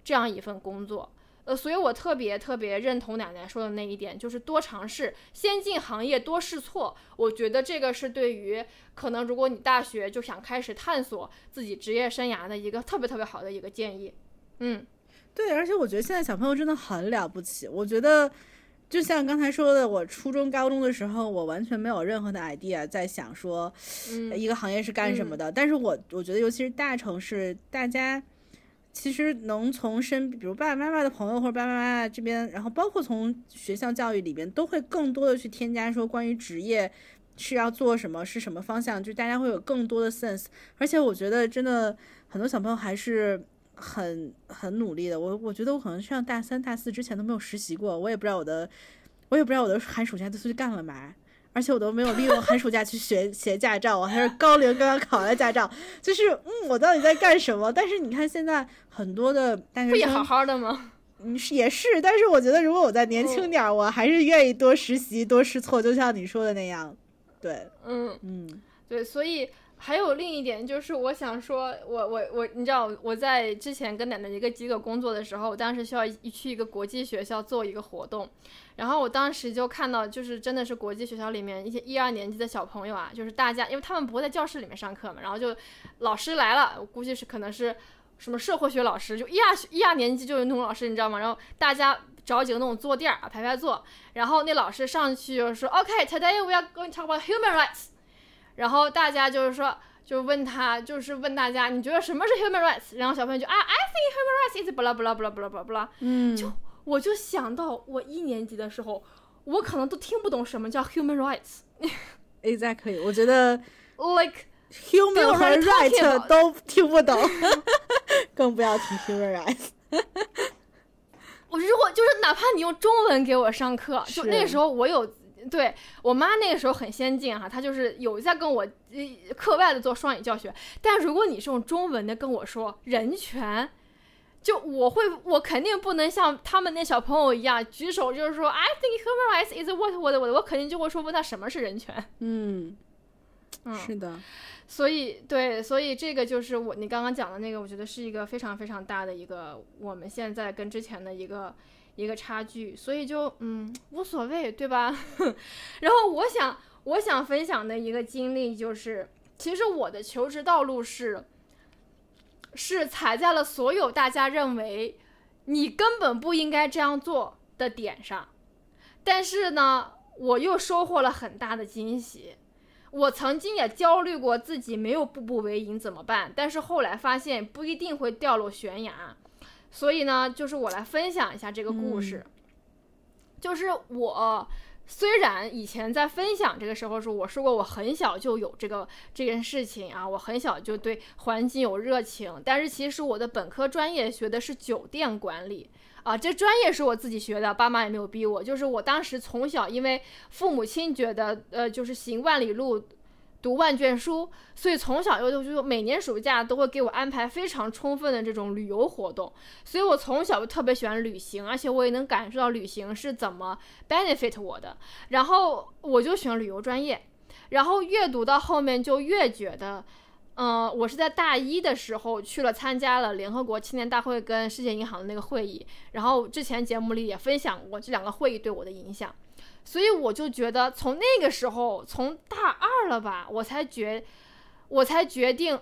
这样一份工作。所以我特别特别认同奶奶说的那一点，就是多尝试，先进行业多试错。我觉得这个是对于可能如果你大学就想开始探索自己职业生涯的一个特别特别好的一个建议。 对，而且我觉得现在小朋友真的很了不起。我觉得就像刚才说的，我初中高中的时候我完全没有任何的 idea 在想说一个行业是干什么的，但是我觉得尤其是大城市，大家其实能从比如爸爸妈妈的朋友或者爸爸妈妈这边，然后包括从学校教育里边，都会更多的去添加说关于职业是要做什么，是什么方向，就大家会有更多的 sense。而且我觉得真的很多小朋友还是很努力的。我觉得我可能上大3、大4之前都没有实习过，我也不知道我的寒暑假都去干了嘛。而且我都没有利用寒暑假去学驾照，我还是高龄刚刚考了驾照，就是我到底在干什么？但是你看现在很多的大学生不也好好的吗？ 也是，但是我觉得如果我再年轻点，我还是愿意多实习多试错，就像你说的那样。对， 对，所以还有另一点就是我想说，我你知道我在之前跟奶奶一个机构工作的时候，我当时需要去一个国际学校做一个活动，然后我当时就看到就是真的是国际学校里面一些1、2年级的小朋友啊，就是大家因为他们不会在教室里面上课嘛，然后就老师来了，我估计是可能是什么社会学老师，就1、2年级就有那种老师你知道吗？然后大家找几个那种坐垫啊排坐，然后那老师上去就说 OK today we are going to talk about human rights， 然后大家就是说就问大家你觉得什么是 human rights， 然后小朋友就I think human rights is blah blah blah blah blah blah， 我就想到我1年级的时候我可能都听不懂什么叫 human rights。 Exactly， 我觉得 like human 和 right 都听不懂更不要提 human rights。 我如果就是哪怕你用中文给我上课，就那个时候我有对我妈那个时候很先进哈，她就是有在跟我课外的做双语教学，但如果你是用中文的跟我说人权，就我肯定不能像他们那小朋友一样举手就是说 I think human rights is what 我肯定就会说问他什么是人权。 是的。 所以这个就是你刚刚讲的那个，我觉得是一个非常非常大的一个我们现在跟之前的一个差距，所以就无所谓，对吧？然后我想分享的一个经历就是，其实我的求职道路是踩在了所有大家认为你根本不应该这样做的点上，但是呢，我又收获了很大的惊喜。我曾经也焦虑过自己没有步步为营怎么办，但是后来发现不一定会掉落悬崖，所以呢，就是我来分享一下这个故事。就是我虽然以前在分享这个时候说，我说过我很小就有这件事情啊，我很小就对环境有热情，但是其实我的本科专业学的是酒店管理啊，这专业是我自己学的，爸妈也没有逼我，就是我当时从小因为父母亲觉得就是行万里路读万卷书，所以从小就每年暑假都会给我安排非常充分的这种旅游活动，所以我从小就特别喜欢旅行，而且我也能感受到旅行是怎么 benefit 我的，然后我就选旅游专业，然后越读到后面就越觉得我是在大1的时候参加了联合国青年大会跟世界银行的那个会议，然后之前节目里也分享过这2个会议对我的影响，所以我就觉得从那个时候，从大2了吧，我才决定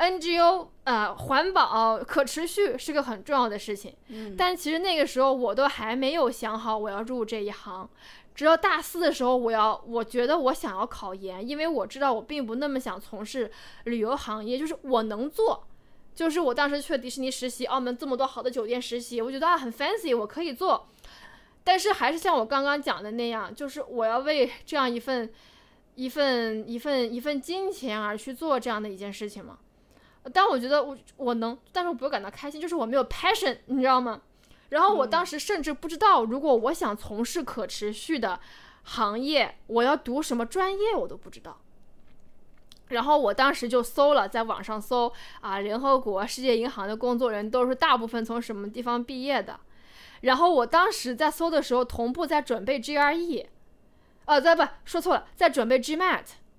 NGO 环保可持续是个很重要的事情，但其实那个时候我都还没有想好我要入这一行。直到大4的时候，我觉得我想要考研，因为我知道我并不那么想从事旅游行业，就是我能做，就是我当时去了迪士尼实习，澳门这么多好的酒店实习，我觉得很 fancy， 我可以做，但是还是像我刚刚讲的那样，就是我要为这样一份金钱而去做这样的一件事情嘛。但我觉得我能，但是我不会感到开心，就是我没有 passion， 你知道吗？然后我当时甚至不知道，如果我想从事可持续的行业，我要读什么专业，我都不知道。然后我当时就搜了，在网上搜联合国、世界银行的工作人都是大部分从什么地方毕业的。然后我当时在搜的时候，同步在准备 GRE，说错了，在准备 GMAT。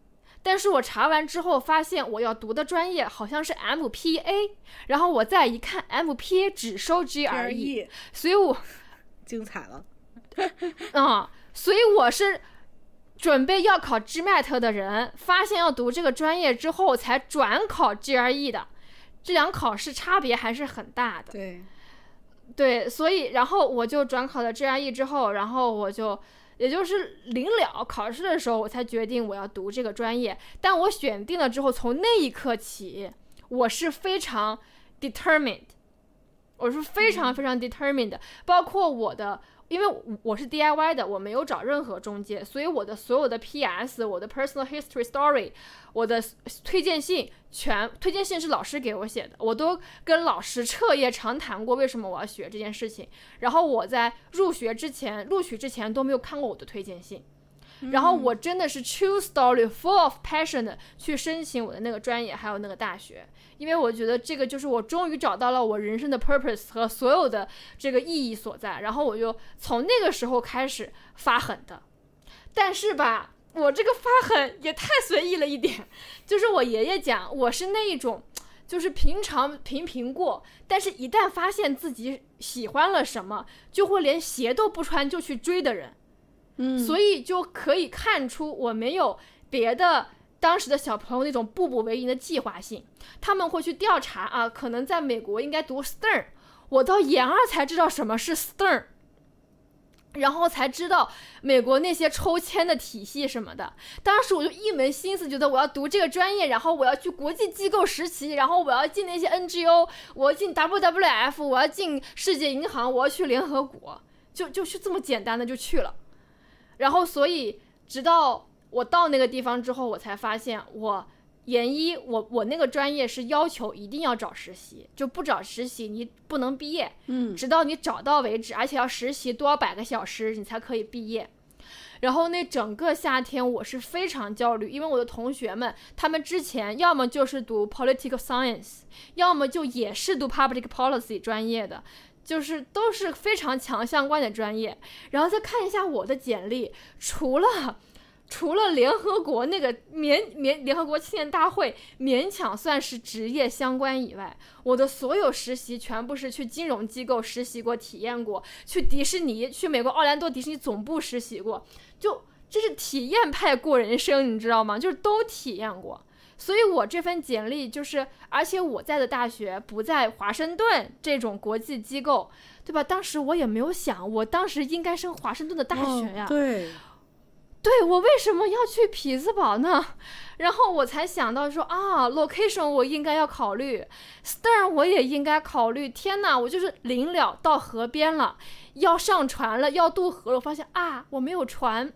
但是我查完之后发现我要读的专业好像是 MPA， 然后我再一看 MPA 只收 GRE， 所以我精彩了所以我是准备要考 GMAT 的人，发现要读这个专业之后才转考 GRE 的，这两考试差别还是很大的。对，所以然后我就转考了 GRE 之后，然后我就也就是临了考试的时候我才决定我要读这个专业。但我选定了之后，从那一刻起我是非常 determined， 我是非常非常 determined 的，包括我的，因为我是 DIY 的，我没有找任何中介，所以我的所有的 PS， 我的 personal history story， 我的推荐信是老师给我写的，我都跟老师彻夜长谈过为什么我要学这件事情。然后我在录取之前都没有看过我的推荐信，然后我真的是 true story full of passion 的去申请我的那个专业还有那个大学，因为我觉得这个就是我终于找到了我人生的 purpose 和所有的这个意义所在。然后我就从那个时候开始发狠的，但是吧我这个发狠也太随意了一点，就是我爷爷讲我是那一种就是平常平过，但是一旦发现自己喜欢了什么就会连鞋都不穿就去追的人。所以就可以看出我没有别的当时的小朋友那种步步为营的计划性，他们会去调查可能在美国应该读 STEM， 我到研二才知道什么是 STEM， 然后才知道美国那些抽签的体系什么的。当时我就一门心思觉得我要读这个专业，然后我要去国际机构实习，然后我要进那些 NGO， 我要进 WWF， 我要进世界银行，我要去联合国，就是这么简单的就去了。然后所以直到我到那个地方之后，我才发现我研一我那个专业是要求一定要找实习，就不找实习你不能毕业，直到你找到为止，而且要实习多少100个小时你才可以毕业。然后那整个夏天我是非常焦虑，因为我的同学们他们之前要么就是读 political science， 要么就也是读 public policy 专业的，就是都是非常强相关的专业。然后再看一下我的简历，除了联合国那个联合国青年大会勉强算是职业相关以外，我的所有实习全部是去金融机构实习过体验过，去迪士尼，去美国奥兰多迪士尼总部实习过，就这是体验派过人生，你知道吗？就是都体验过。所以我这份简历就是，而且我在的大学不在华盛顿这种国际机构，对吧？当时我也没有想，我当时应该升华盛顿的大学呀。对，我为什么要去匹兹堡呢？然后我才想到说location 我应该要考虑， STEM 我也应该考虑。天哪，我就是临了到河边了，要上船了，要渡河了，我发现我没有船，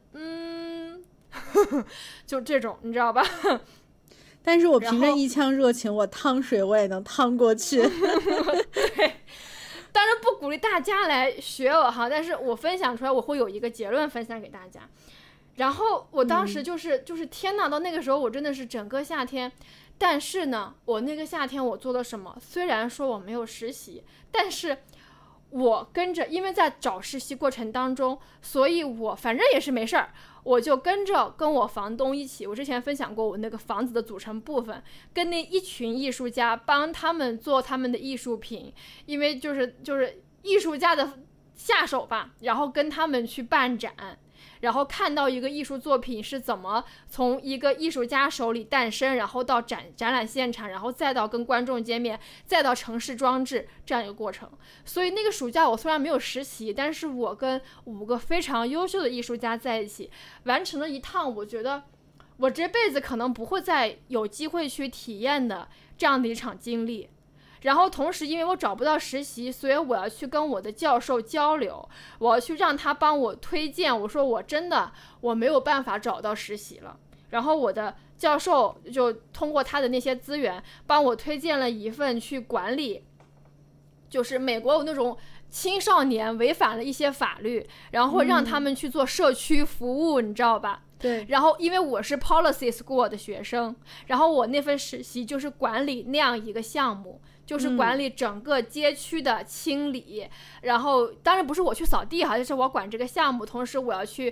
就这种你知道吧。 但是我凭着一腔热情，我趟水我也能趟过去。 对，当然不鼓励大家来学我哈，但是我分享出来我会有一个结论分享给大家。然后我当时就是天哪，到那个时候我真的是整个夏天。但是呢，我那个夏天我做了什么？虽然说我没有实习，但是我跟着，因为在找实习过程当中，所以我反正也是没事儿，我就跟我房东一起，我之前分享过我那个房子的组成部分，跟那一群艺术家帮他们做他们的艺术品，因为就是艺术家的下手吧，然后跟他们去办展，然后看到一个艺术作品是怎么从一个艺术家手里诞生，然后到展览现场，然后再到跟观众见面，再到城市装置这样一个过程。所以那个暑假我虽然没有实习，但是我跟5个非常优秀的艺术家在一起，完成了一趟我觉得我这辈子可能不会再有机会去体验的这样的一场经历。然后同时因为我找不到实习，所以我要去跟我的教授交流，我要去让他帮我推荐，我说我没有办法找到实习了。然后我的教授就通过他的那些资源帮我推荐了一份去管理，就是美国有那种青少年违反了一些法律，然后让他们去做社区服务，你知道吧？ 对。 然后因为我是 policy school 的学生，然后我那份实习就是管理那样一个项目，就是管理整个街区的清理，然后当然不是我去扫地哈，就是我管这个项目，同时我要去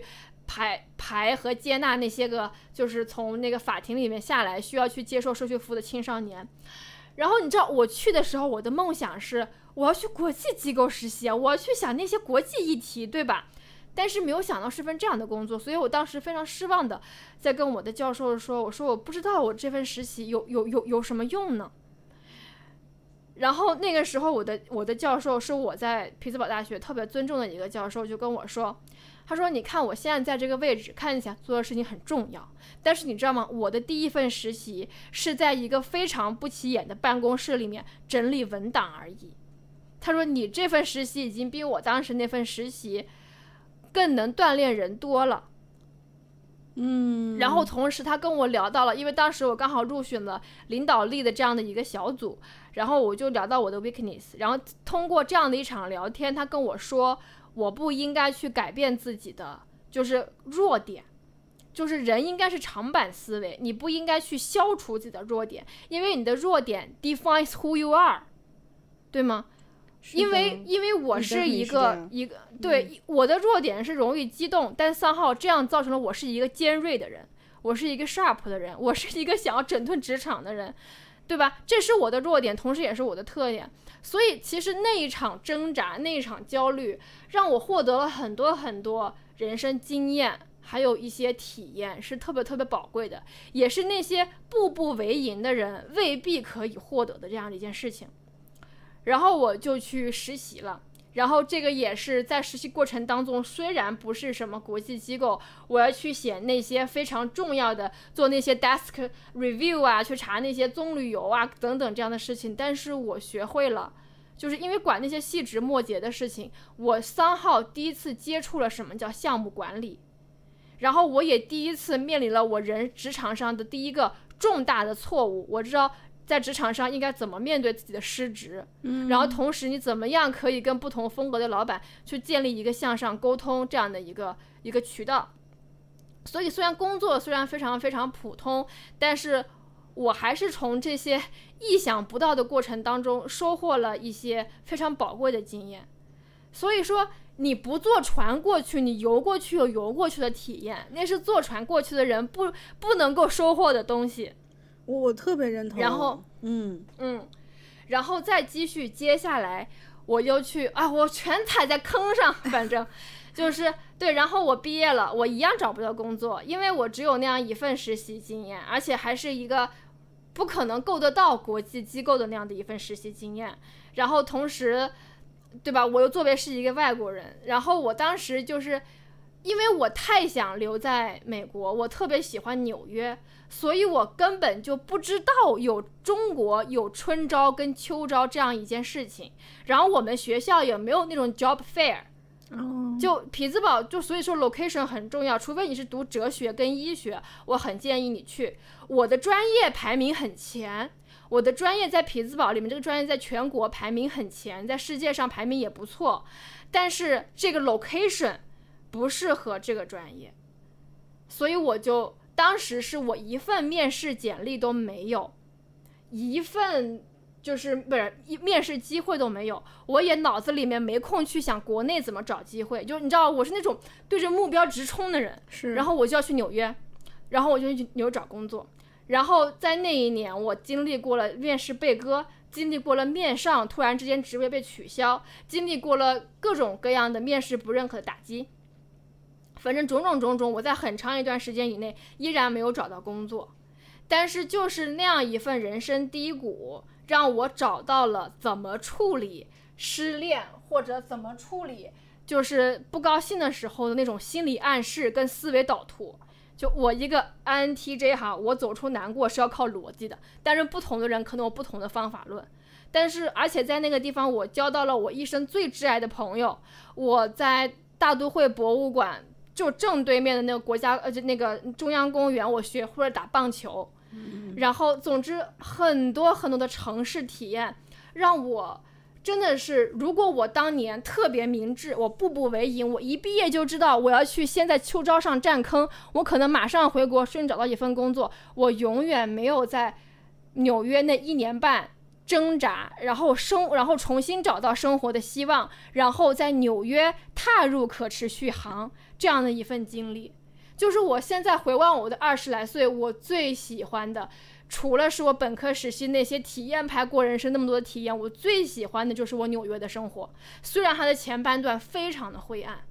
排和接纳那些个就是从那个法庭里面下来需要去接受社区服务的青少年。然后你知道我去的时候，我的梦想是我要去国际机构实习，我要去想那些国际议题，对吧？但是没有想到是份这样的工作，所以我当时非常失望的在跟我的教授说，我说我不知道我这份实习有什么用呢。然后那个时候我的教授是我在匹兹堡大学特别尊重的一个教授，就跟我说，他说你看我现在在这个位置看起来做的事情很重要，但是你知道吗，我的第一份实习是在一个非常不起眼的办公室里面整理文档而已。他说你这份实习已经比我当时那份实习更能锻炼人多了。然后同时他跟我聊到了，因为当时我刚好入选了领导力的这样的一个小组，然后我就聊到我的 weakness， 然后通过这样的一场聊天，他跟我说我不应该去改变自己的就是弱点，就是人应该是长板思维，你不应该去消除自己的弱点，因为你的弱点 defines who you are， 对吗？因为我是一个对，我的弱点是容易激动，但somehow这样造成了我是一个尖锐的人，我是一个 sharp 的人，我是一个想要整顿职场的人，对吧？这是我的弱点，同时也是我的特点。所以其实那一场挣扎，那一场焦虑，让我获得了很多很多人生经验，还有一些体验，是特别特别宝贵的，也是那些步步为营的人未必可以获得的这样的一件事情。然后我就去实习了，然后这个也是在实习过程当中，虽然不是什么国际机构，我要去写那些非常重要的，做那些 desk review 啊，去查那些棕榈油啊等等这样的事情，但是我学会了，就是因为管那些细枝末节的事情，我somehow第一次接触了什么叫项目管理，然后我也第一次面临了我职场上的第一个重大的错误，我知道在职场上应该怎么面对自己的失职，然后同时你怎么样可以跟不同风格的老板去建立一个向上沟通这样的一个渠道。所以虽然工作虽然非常非常普通，但是我还是从这些意想不到的过程当中收获了一些非常宝贵的经验。所以说你不坐船过去，你游过去有游过去的体验，那是坐船过去的人不能够收获的东西。 我特别认同。 然后然后再继续接下来我就去我全踩在坑上，反正就是对，然后我毕业了，我一样找不到工作，因为我只有那样一份实习经验，而且还是一个不可能够得到国际机构的那样的一份实习经验。然后同时对吧，我又作为是一个外国人，然后我当时就是因为我太想留在美国，我特别喜欢纽约，所以我根本就不知道有中国有春招跟秋招这样一件事情，然后我们学校也没有那种 job fair，就匹兹堡就所以说 location 很重要，除非你是读哲学跟医学，我很建议你去。我的专业排名很前，我的专业在匹兹堡里面，这个专业在全国排名很前，在世界上排名也不错，但是这个 location 不适合这个专业，所以我就当时是我一份面试简历都没有，一份就是不是面试机会都没有，我也脑子里面没空去想国内怎么找机会，就你知道我是那种对着目标直冲的人， 是， 然后我就要去纽约，然后我就去纽约找工作，然后在那一年我经历过了面试被割，经历过了面上突然之间职位被取消，经历过了各种各样的面试不认可的打击，反正种种，我在很长一段时间以内依然没有找到工作。但是就是那样一份人生低谷，让我找到了怎么处理失恋，或者怎么处理就是不高兴的时候的那种心理暗示跟思维导图。就我一个 INTJ 哈，我走出难过是要靠逻辑的，但是不同的人可能有不同的方法论。但是而且在那个地方我交到了我一生最挚爱的朋友，我在大都会博物馆就正对面的那个国家那个中央公园，我学会了打棒球，然后总之很多很多的城市体验让我真的是，如果我当年特别明智，我步步为营，我一毕业就知道我要去先在秋招上占坑，我可能马上回国顺找到一份工作，我永远没有在纽约那1年半挣扎，然后重新找到生活的希望，然后在纽约踏入可持续行这样的一份经历。就是我现在回望我的20来岁，我最喜欢的，除了是我本科时期那些体验派过人生那么多的体验，我最喜欢的就是我纽约的生活。虽然它的前半段非常的灰暗，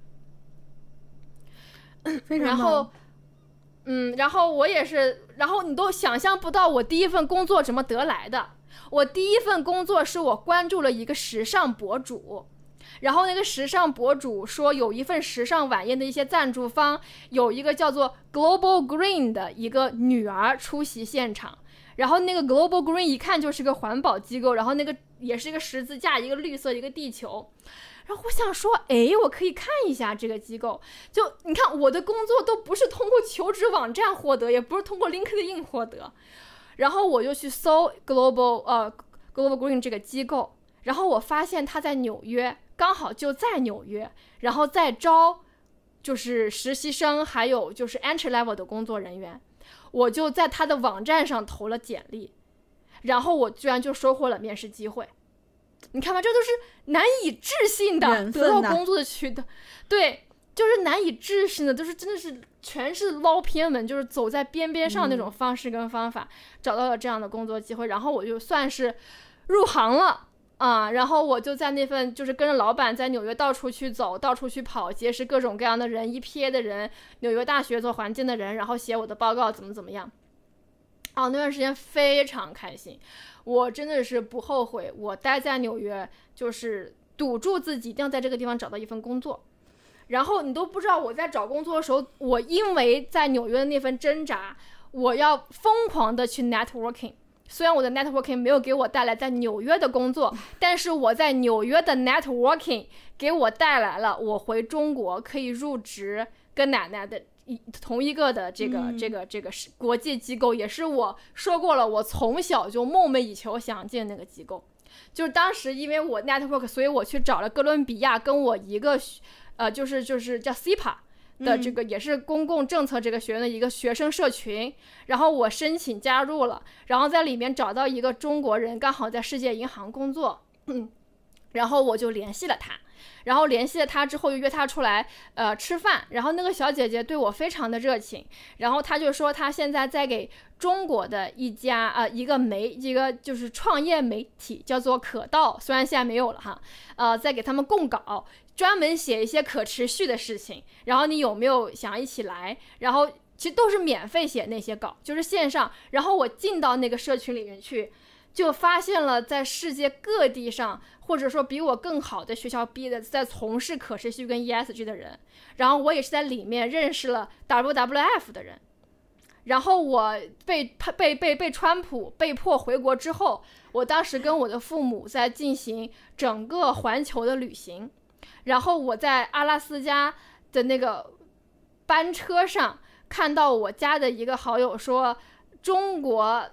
非常好。 然后我也是，然后你都想象不到我第一份工作怎么得来的。我第一份工作是我关注了一个时尚博主，然后那个时尚博主说有一份时尚晚宴的一些赞助方有一个叫做 Global Green 的一个女儿出席现场，然后那个 Global Green 一看就是个环保机构，然后那个也是一个十字架，一个绿色一个地球。然后我想说，我可以看一下这个机构。就你看，我的工作都不是通过求职网站获得，也不是通过 LinkedIn 获得。然后我就去搜 Global Green 这个机构，然后我发现他在纽约，刚好就在纽约，然后在招就是实习生，还有就是 entry level 的工作人员。我就在他的网站上投了简历，然后我居然就收获了面试机会。你看吧，这都是难以置信的得到工作的渠道，对，就是难以置信的，都是真的是全是捞偏门，就是走在边边上那种方式跟方法，找到了这样的工作机会，然后我就算是入行了啊。然后我就在那份就是跟着老板在纽约到处去走，到处去跑，结识各种各样的人，EPA 的人，纽约大学做环境的人，然后写我的报告怎么样。那段时间非常开心，我真的是不后悔我待在纽约，就是赌注自己一定要在这个地方找到一份工作。然后你都不知道我在找工作的时候，我因为在纽约的那份挣扎，我要疯狂的去 networking。虽然我的 networking 没有给我带来在纽约的工作，但是我在纽约的 networking 给我带来了我回中国可以入职跟奶奶的同一个的这个国际机构，也是我说过了，我从小就梦寐以求想进那个机构。就是当时因为我 network， 所以我去找了哥伦比亚跟我一个就是叫 CIPA 的这个也是公共政策这个学院的一个学生社群，然后我申请加入了，然后在里面找到一个中国人，刚好在世界银行工作，然后我就联系了他。然后联系了他之后，又约他出来吃饭。然后那个小姐姐对我非常的热情，然后他就说他现在在给中国的一家一个就是创业媒体叫做可道，虽然现在没有了哈，在给他们供稿，专门写一些可持续的事情。然后你有没有想一起来？然后其实都是免费写那些稿，就是线上。然后我进到那个社群里面去，就发现了在世界各地上，或者说比我更好的学校毕业的，在从事可持续跟 ESG 的人。然后我也是在里面认识了 WWF 的人。然后我被川普被迫回国之后，我当时跟我的父母在进行整个环球的旅行。然后我在阿拉斯加的那个班车上看到我家的一个好友说，中国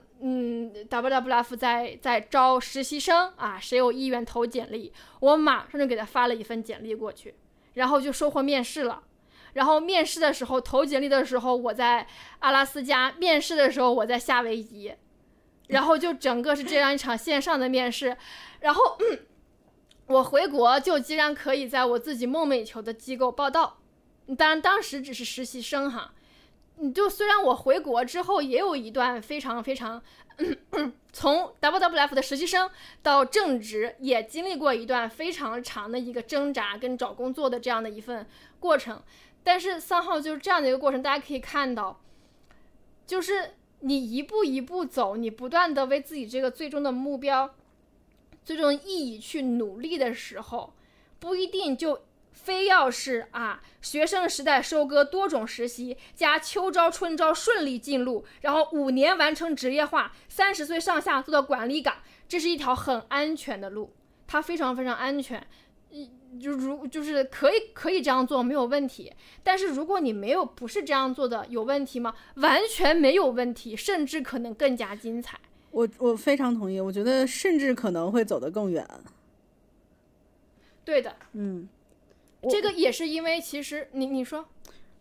WWF 在招实习生啊，谁有意愿投简历？我马上就给他发了一份简历过去，然后就收获面试了。然后面试的时候，投简历的时候我在阿拉斯加，面试的时候我在夏威夷，然后就整个是这样一场线上的面试。然后我回国就既然可以在我自己梦寐以求的机构报道，当然当时只是实习生哈。就虽然我回国之后也有一段非常非常从 WWF 的实习生到正职，也经历过一段非常长的一个挣扎跟找工作的这样的一份过程。但是somehow就是这样的一个过程，大家可以看到，就是你一步一步走，你不断的为自己这个最终的目标、最终的意义去努力的时候，不一定就非要是学生时代收割多种实习加秋招春招顺利进入，然后5年完成职业化，30岁上下做到管理岗，这是一条很安全的路，它非常非常安全，就是可以这样做没有问题。但是如果你不是这样做的，有问题吗？完全没有问题，甚至可能更加精彩。 我非常同意，我觉得甚至可能会走得更远。 对的，这个也是因为其实你说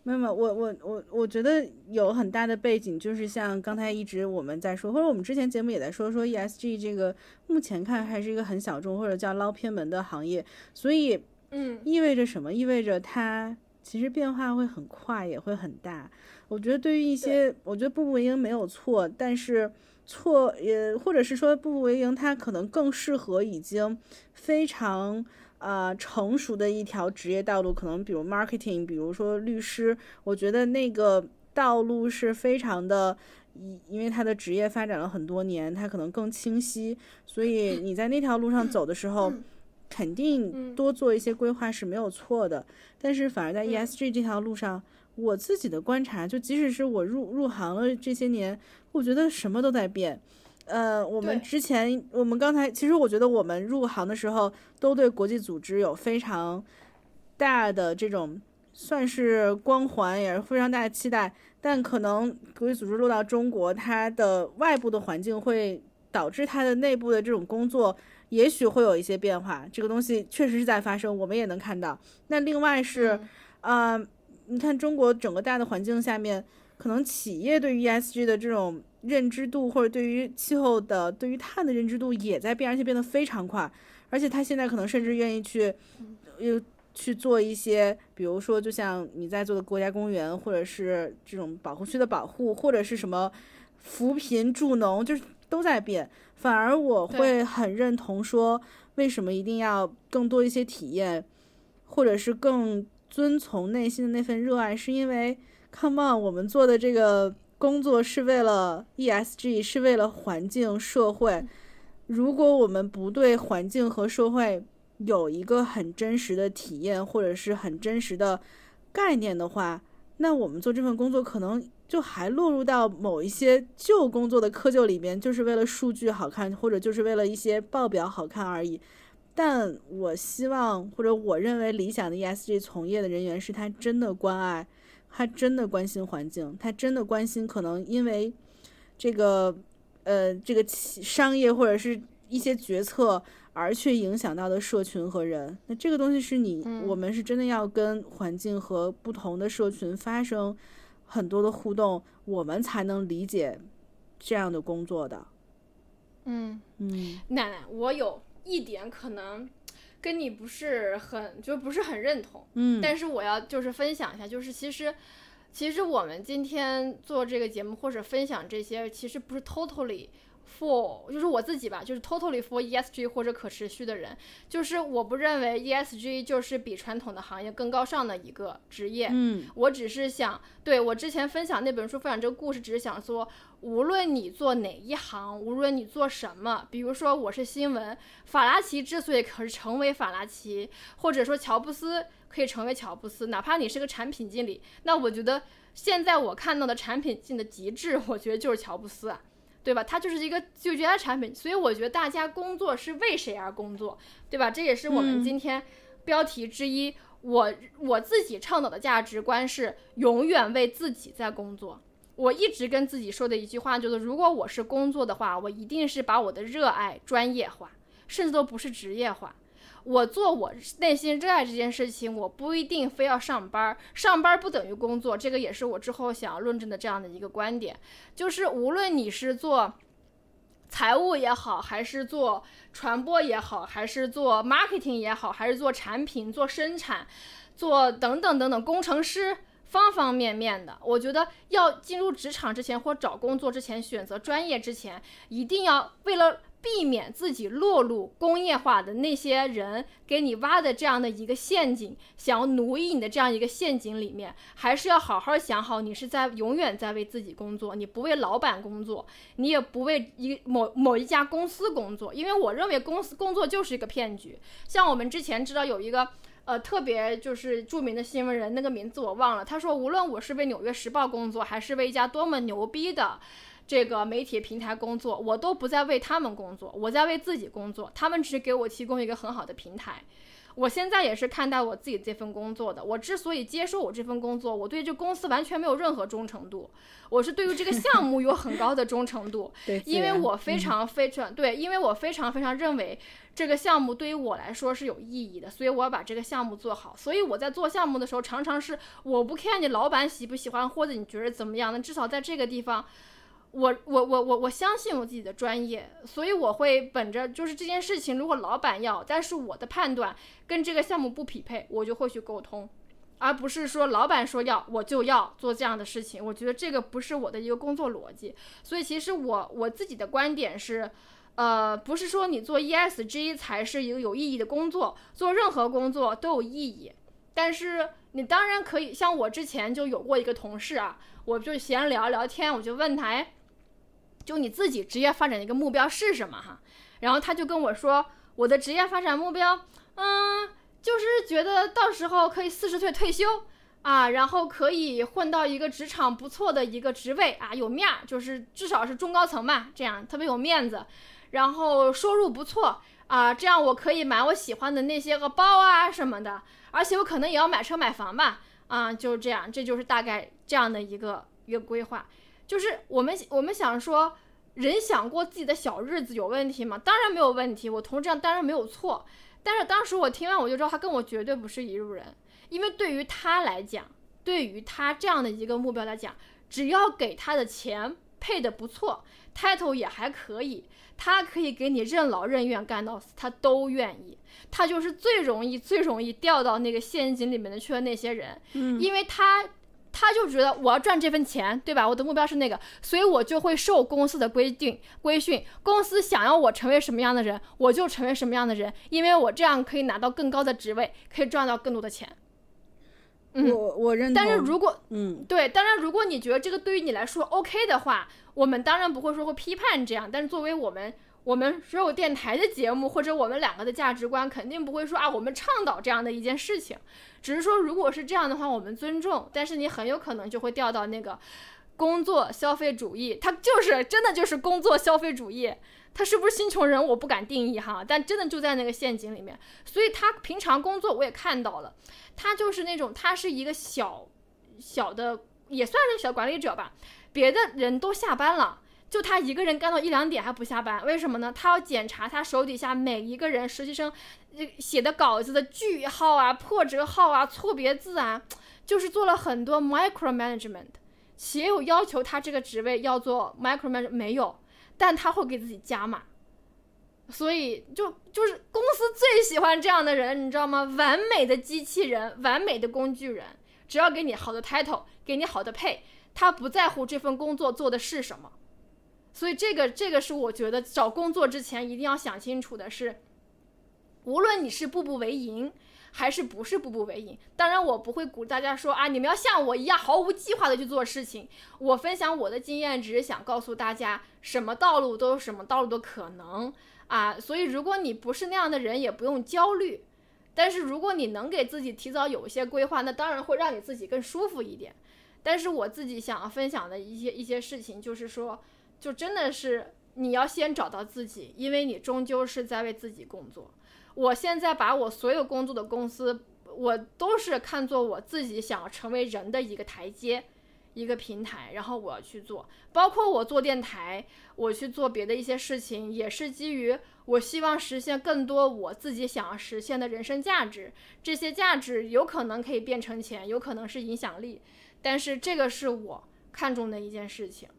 没有，我觉得有很大的背景，就是像刚才一直我们在说，或者我们之前节目也在说 ESG 这个目前看还是一个很小众或者叫捞偏门的行业，所以意味着什么？意味着它其实变化会很快，也会很大。我觉得对于一些，我觉得步步为营没有错，但是或者是说步步为营它可能更适合已经非常成熟的一条职业道路，可能比如 marketing， 比如说律师，我觉得那个道路是非常的，因为他的职业发展了很多年，他可能更清晰，所以你在那条路上走的时候肯定多做一些规划是没有错的。但是反而在 ESG 这条路上，我自己的观察，就即使是我入行了这些年，我觉得什么都在变。我们刚才其实我觉得我们入行的时候都对国际组织有非常大的这种算是光环，也是非常大的期待，但可能国际组织落到中国，它的外部的环境会导致它的内部的这种工作也许会有一些变化，这个东西确实是在发生，我们也能看到。那另外是你看中国整个大的环境下面，可能企业对于 ESG 的这种认知度，或者对于气候的、对于碳的认知度也在变，而且变得非常快。而且他现在可能甚至愿意去做一些，比如说就像你在做的国家公园，或者是这种保护区的保护，或者是什么扶贫助农，就是都在变。反而我会很认同说，为什么一定要更多一些体验，或者是更遵从内心的那份热爱，是因为 come on， 我们做的这个工作是为了 ESG， 是为了环境社会。如果我们不对环境和社会有一个很真实的体验，或者是很真实的概念的话，那我们做这份工作可能就还落入到某一些旧工作的窠臼里面，就是为了数据好看，或者就是为了一些报表好看而已。但我希望，或者我认为理想的 ESG 从业的人员是他真的关爱，他真的关心环境，他真的关心可能因为这个商业或者是一些决策而去影响到的社群和人。那这个东西是我们是真的要跟环境和不同的社群发生很多的互动，我们才能理解这样的工作的。 奶奶，我有一点可能跟你不是很认同，但是我要就是分享一下，就是其实我们今天做这个节目或者分享这些，其实不是 totally for， 就是我自己吧，就是 totally for ESG 或者可持续的人，就是我不认为 ESG 就是比传统的行业更高尚的一个职业。我只是想，对，我之前分享那本书，分享这个故事，只是想说，无论你做哪一行，无论你做什么，比如说我是新闻，法拉奇之所以可以成为法拉奇，或者说乔布斯可以成为乔布斯，哪怕你是个产品经理，那我觉得现在我看到的产品经理的极致，我觉得就是乔布斯啊，对吧？他就是一个就觉得产品，所以我觉得大家工作是为谁而工作，对吧？这也是我们今天标题之一。我自己倡导的价值观是永远为自己在工作。我一直跟自己说的一句话就是，如果我是工作的话，我一定是把我的热爱专业化，甚至都不是职业化。我做我内心热爱这件事情，我不一定非要上班，上班不等于工作，这个也是我之后想要论证的这样的一个观点，就是无论你是做财务也好，还是做传播也好，还是做 marketing 也好，还是做产品、做生产、做等等等等工程师，方方面面的，我觉得要进入职场之前或找工作之前，选择专业之前，一定要为了避免自己落入工业化的那些人给你挖的这样的一个陷阱，想要奴役你的这样一个陷阱里面，还是要好好想好，你是永远在为自己工作，你不为老板工作，你也不为某一家公司工作，因为我认为公司工作就是一个骗局。像我们之前知道有一个特别就是著名的新闻人，那个名字我忘了，他说无论我是为纽约时报工作，还是为一家多么牛逼的这个媒体平台工作，我都不在为他们工作，我在为自己工作，他们只给我提供一个很好的平台。 我现在也是看待我自己这份工作的。我之所以接受我这份工作，我对这公司完全没有任何忠诚度，我是对于这个项目有很高的忠诚度因为我非常对，因为我非常认为这个项目对于我来说是有意义的，所以我要把这个项目做好。所以我在做项目的时候，常常是我不看你老板喜不喜欢，或者你觉得怎么样的，至少在这个地方我相信我自己的专业，所以我会本着就是这件事情如果老板要，但是我的判断跟这个项目不匹配，我就会去沟通，而不是说老板说要我就要做这样的事情。我觉得这个不是我的一个工作逻辑。所以其实我自己的观点是不是说你做 ESG 才是一个有意义的工作，做任何工作都有意义。但是你当然可以，像我之前就有过一个同事啊，我就闲聊聊天，我就问他就你自己职业发展的一个目标是什么哈？然后他就跟我说，我的职业发展目标就是觉得到时候可以40岁退休啊，然后可以混到一个职场不错的一个职位啊，有面儿，就是至少是中高层吧，这样特别有面子，然后收入不错啊，这样我可以买我喜欢的那些个包啊什么的，而且我可能也要买车买房吧啊，就这样，这就是大概这样的一个规划。就是我们想说，人想过自己的小日子有问题吗？当然没有问题，我同意这样当然没有错。但是当时我听完我就知道他跟我绝对不是一路人，因为对于他来讲，对于他这样的一个目标来讲，只要给他的钱配的不错， title 也还可以，他可以给你任劳任怨干到死，他都愿意。他就是最容易掉到那个陷阱里面的去的那些人，因为他就觉得我要赚这份钱，对吧？我的目标是那个，所以我就会受公司的规训。公司想要我成为什么样的人，我就成为什么样的人，因为我这样可以拿到更高的职位，可以赚到更多的钱。 我认同。 但是如果对，当然如果你觉得这个对于你来说 OK 的话，我们当然不会说会批判这样。但是作为我们所有电台的节目，或者我们两个的价值观，肯定不会说我们倡导这样的一件事情。只是说如果是这样的话，我们尊重，但是你很有可能就会掉到那个工作消费主义，它真的就是工作消费主义。他是不是新穷人我不敢定义哈，但真的就在那个陷阱里面。所以他平常工作我也看到了，他就是那种他是一个小的也算是小管理者吧，别的人都下班了，就他一个人干到1、2点还不下班。为什么呢？他要检查他手底下每一个人实习生写的稿子的句号啊、破折号啊、错别字啊，就是做了很多 micromanagement。 企业有要求他这个职位要做 micromanagement 没有，但他会给自己加码。所以就是公司最喜欢这样的人，你知道吗？完美的机器人，完美的工具人，只要给你好的 title， 给你好的 pay， 他不在乎这份工作做的是什么。所以这个是我觉得找工作之前一定要想清楚的是，无论你是步步为营还是不是步步为营。当然我不会鼓励大家说你们要像我一样毫无计划的去做事情。我分享我的经验，只是想告诉大家什么道路都有什么道路的可能所以如果你不是那样的人也不用焦虑，但是如果你能给自己提早有一些规划，那当然会让你自己更舒服一点。但是我自己想要分享的一些事情就是说，就真的是你要先找到自己，因为你终究是在为自己工作。我现在把我所有工作的公司，我都是看作我自己想要成为人的一个台阶，一个平台，然后我要去做。包括我做电台，我去做别的一些事情，也是基于我希望实现更多我自己想要实现的人生价值。这些价值有可能可以变成钱，有可能是影响力，但是这个是我看重的一件事情。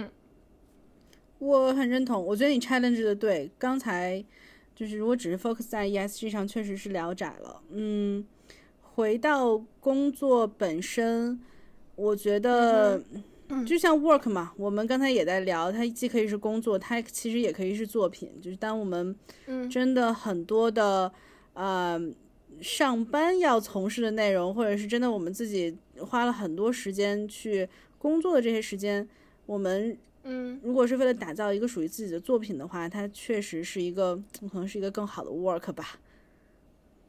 我很认同，我觉得你 challenge 的对。刚才就是如果只是 focus 在 ESG 上，确实是聊窄了。回到工作本身，我觉得就像 work 嘛，我们刚才也在聊，它既可以是工作，它其实也可以是作品。就是当我们真的很多的上班要从事的内容，或者是真的我们自己花了很多时间去工作的这些时间，我们如果是为了打造一个属于自己的作品的话，它确实是一可能是一个更好的 work 吧。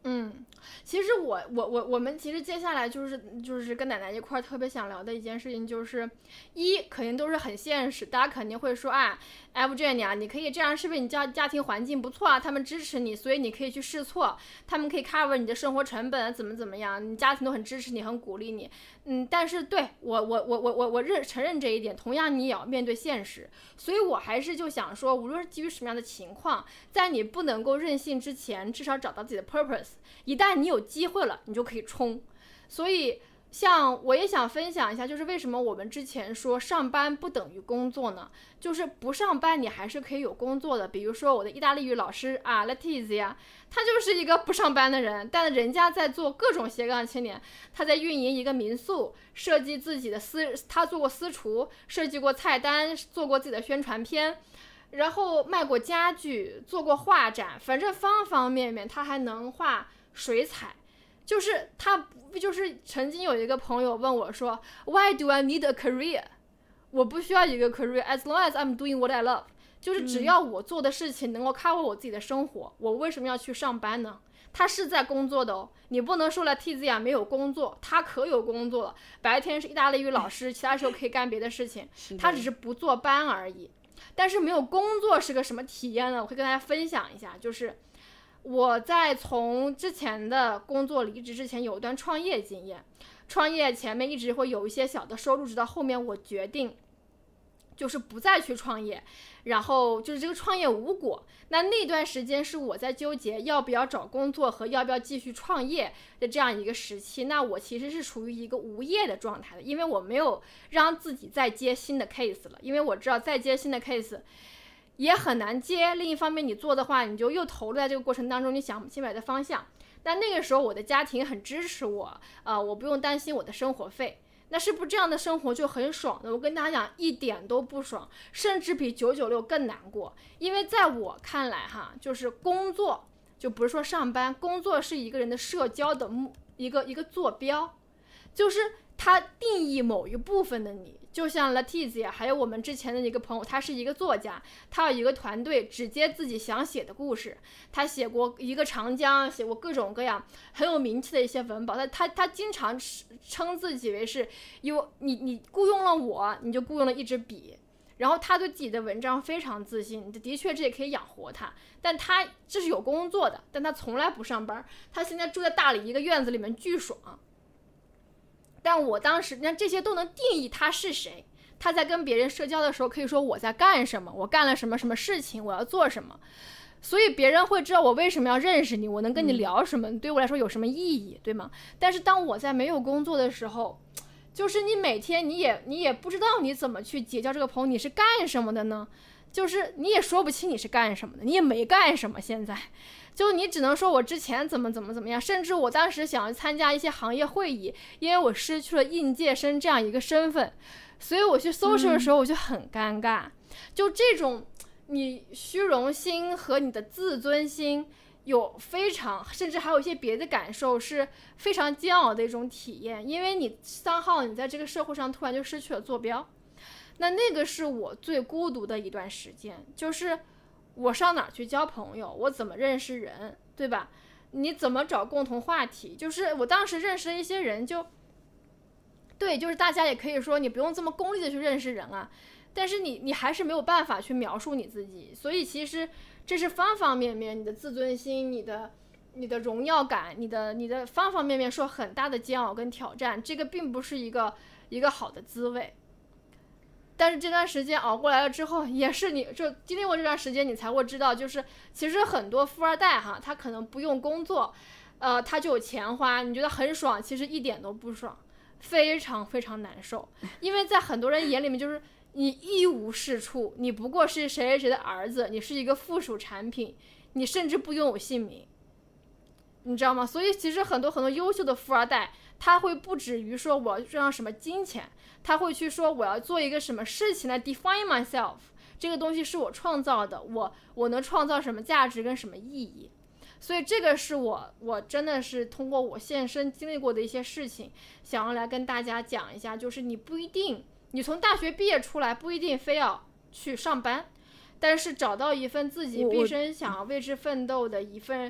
其实我们其实接下来就是跟奶奶一块特别想聊的一件事情，就是肯定都是很现实，大家肯定会说FJ 啊，你可以这样，是不是你家庭环境不错啊，他们支持你，所以你可以去试错，他们可以 cover 你的生活成本，怎么样，你家庭都很支持你，很鼓励你。但是对我承认这一点，同样你也要面对现实，所以我还是就想说，无论是基于什么样的情况，在你不能够任性之前，至少找到自己的 purpose， 一旦你有机会了，你就可以冲。所以像我也想分享一下，就是为什么我们之前说上班不等于工作呢？就是不上班你还是可以有工作的。比如说我的意大利语老师Letizia， 她就是一个不上班的人，但人家在做各种斜杠青年，她在运营一个民宿，设计自己的她做过私厨，设计过菜单，做过自己的宣传片，然后卖过家具，做过画展，反正方方面面，她还能画水彩。就是曾经有一个朋友问我说 Why do I need a career？ 我不需要一个 career as long as I'm doing what I love， 就是只要我做的事情能够 cover 我自己的生活，我为什么要去上班呢？他是在工作的哦，你不能说了 Letizia 没有工作，他可有工作了，白天是意大利语老师，其他时候可以干别的事情，他只是不做班而已。但是没有工作是个什么体验呢？我会跟大家分享一下，就是我在从之前的工作离职之前有一段创业经验，创业前面一直会有一些小的收入，直到后面我决定就是不再去创业，然后就是这个创业无果。那段时间是我在纠结要不要找工作和要不要继续创业的这样一个时期。那我其实是处于一个无业的状态的，因为我没有让自己再接新的 case 了，因为我知道再接新的 case也很难接，另一方面你做的话你就又投入在这个过程当中，你想不清白的方向。但那个时候我的家庭很支持我，我不用担心我的生活费，那是不是这样的生活就很爽呢？我跟大家讲，一点都不爽，甚至比996更难过。因为在我看来就是工作就不是说上班，工作是一个人的社交的一个坐标，就是它定义某一部分的你。就像 Letizia 还有我们之前的一个朋友，他是一个作家，他有一个团队只接自己想写的故事，他写过一个长江，写过各种各样很有名气的一些文宝，他经常称自己为是你雇佣了我，你就雇佣了一支笔。然后他对自己的文章非常自信，的确这也可以养活他，但他这是有工作的，但他从来不上班，他现在住在大理一个院子里面巨爽。但我当时那这些都能定义他是谁，他在跟别人社交的时候可以说我在干什么，我干了什么什么事情，我要做什么，所以别人会知道我为什么要认识你，我能跟你聊什么，对我来说有什么意义，对吗？但是当我在没有工作的时候，就是你每天你也不知道你怎么去结交这个朋友，你是干什么的呢？就是你也说不清你是干什么的，你也没干什么，现在就你只能说我之前怎么样，甚至我当时想参加一些行业会议，因为我失去了应届生这样一个身份，所以我去 social 的时候我就很尴尬。就这种你虚荣心和你的自尊心有非常，甚至还有一些别的感受，是非常煎熬的一种体验，因为你somehow你在这个社会上突然就失去了坐标。那个是我最孤独的一段时间，就是我上哪儿去交朋友，我怎么认识人，对吧？你怎么找共同话题？就是我当时认识了一些人，就是大家也可以说你不用这么功利的去认识人啊，但是你还是没有办法去描述你自己，所以其实这是方方面面，你的自尊心，你的荣耀感，你的方方面面受很大的煎熬跟挑战，这个并不是一个好的滋味。但是这段时间熬过来了之后，也是你就经历过这段时间，你才会知道，就是其实很多富二代他可能不用工作，他就有钱花，你觉得很爽，其实一点都不爽，非常非常难受。因为在很多人眼里面，就是你一无是处，你不过是谁谁谁的儿子，你是一个附属产品，你甚至不拥有姓名，你知道吗？所以其实很多优秀的富二代，他会不止于说我要赚上什么金钱，他会去说我要做一个什么事情来 define myself， 这个东西是我创造的，我能创造什么价值跟什么意义。所以这个是我真的是通过我现身经历过的一些事情，想要来跟大家讲一下，就是你不一定，你从大学毕业出来不一定非要去上班，但是找到一份自己毕生想要为之奋斗的一份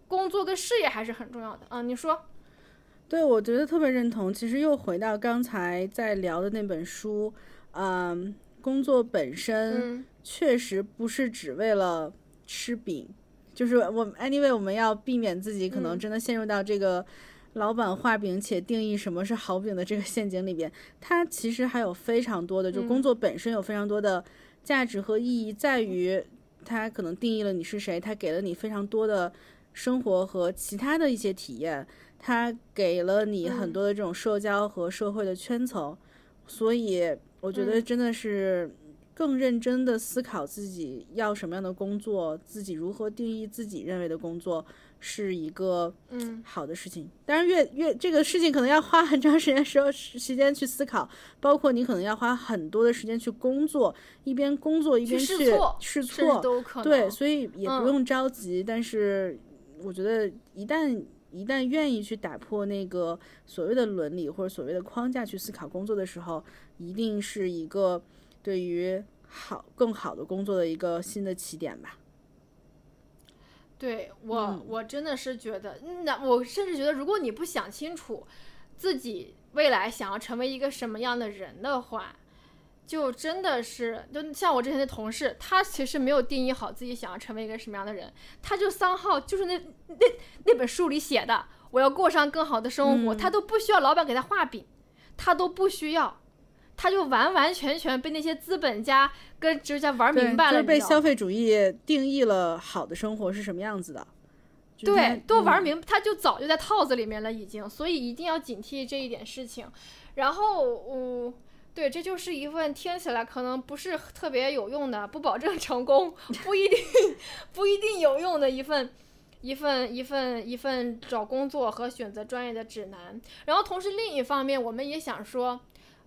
工作跟事业还是很重要的啊。你说？ 对，我觉得特别认同。其实又回到刚才在聊的那本书，工作本身确实不是只为了吃饼，就是anyway 我们要避免自己可能真的陷入到这个老板画饼且定义什么是好饼的这个陷阱里边。它其实还有非常多的，就工作本身有非常多的价值和意义，在于它可能定义了你是谁，它给了你非常多的生活和其他的一些体验，它给了你很多的这种社交和社会的圈层。所以我觉得真的是更认真的思考自己要什么样的工作，自己如何定义自己认为的工作，是一个好的事情。当然越这个事情可能要花很长时间去思考，包括你可能要花很多的时间去工作，一边工作一边去试错都可能。 对，所以也不用着急。但是我觉得一旦愿意去打破那个所谓的伦理或者所谓的框架去思考工作的时候，一定是一个对于更好的工作的一个新的起点吧。 对，我真的是觉得，我甚至觉得，如果你不想清楚自己未来想要成为一个什么样的人的话，就真的是，就像我之前的同事，他其实没有定义好自己想要成为一个什么样的人，他就somehow就是那本书里写的，我要过上更好的生活，他都不需要老板给他画饼，他都不需要。他就完完全全被那些资本家跟哲学家玩明白了， 就是被消费主义定义了好的生活是什么样子的。 对，都玩明白，他就早就在套子里面了已经，所以一定要警惕这一点事情。然后对，这就是一份听起来可能不是特别有用的，不保证成功，不一定有用的一份找工作和选择专业的指南。然后同时另一方面，我们也想说，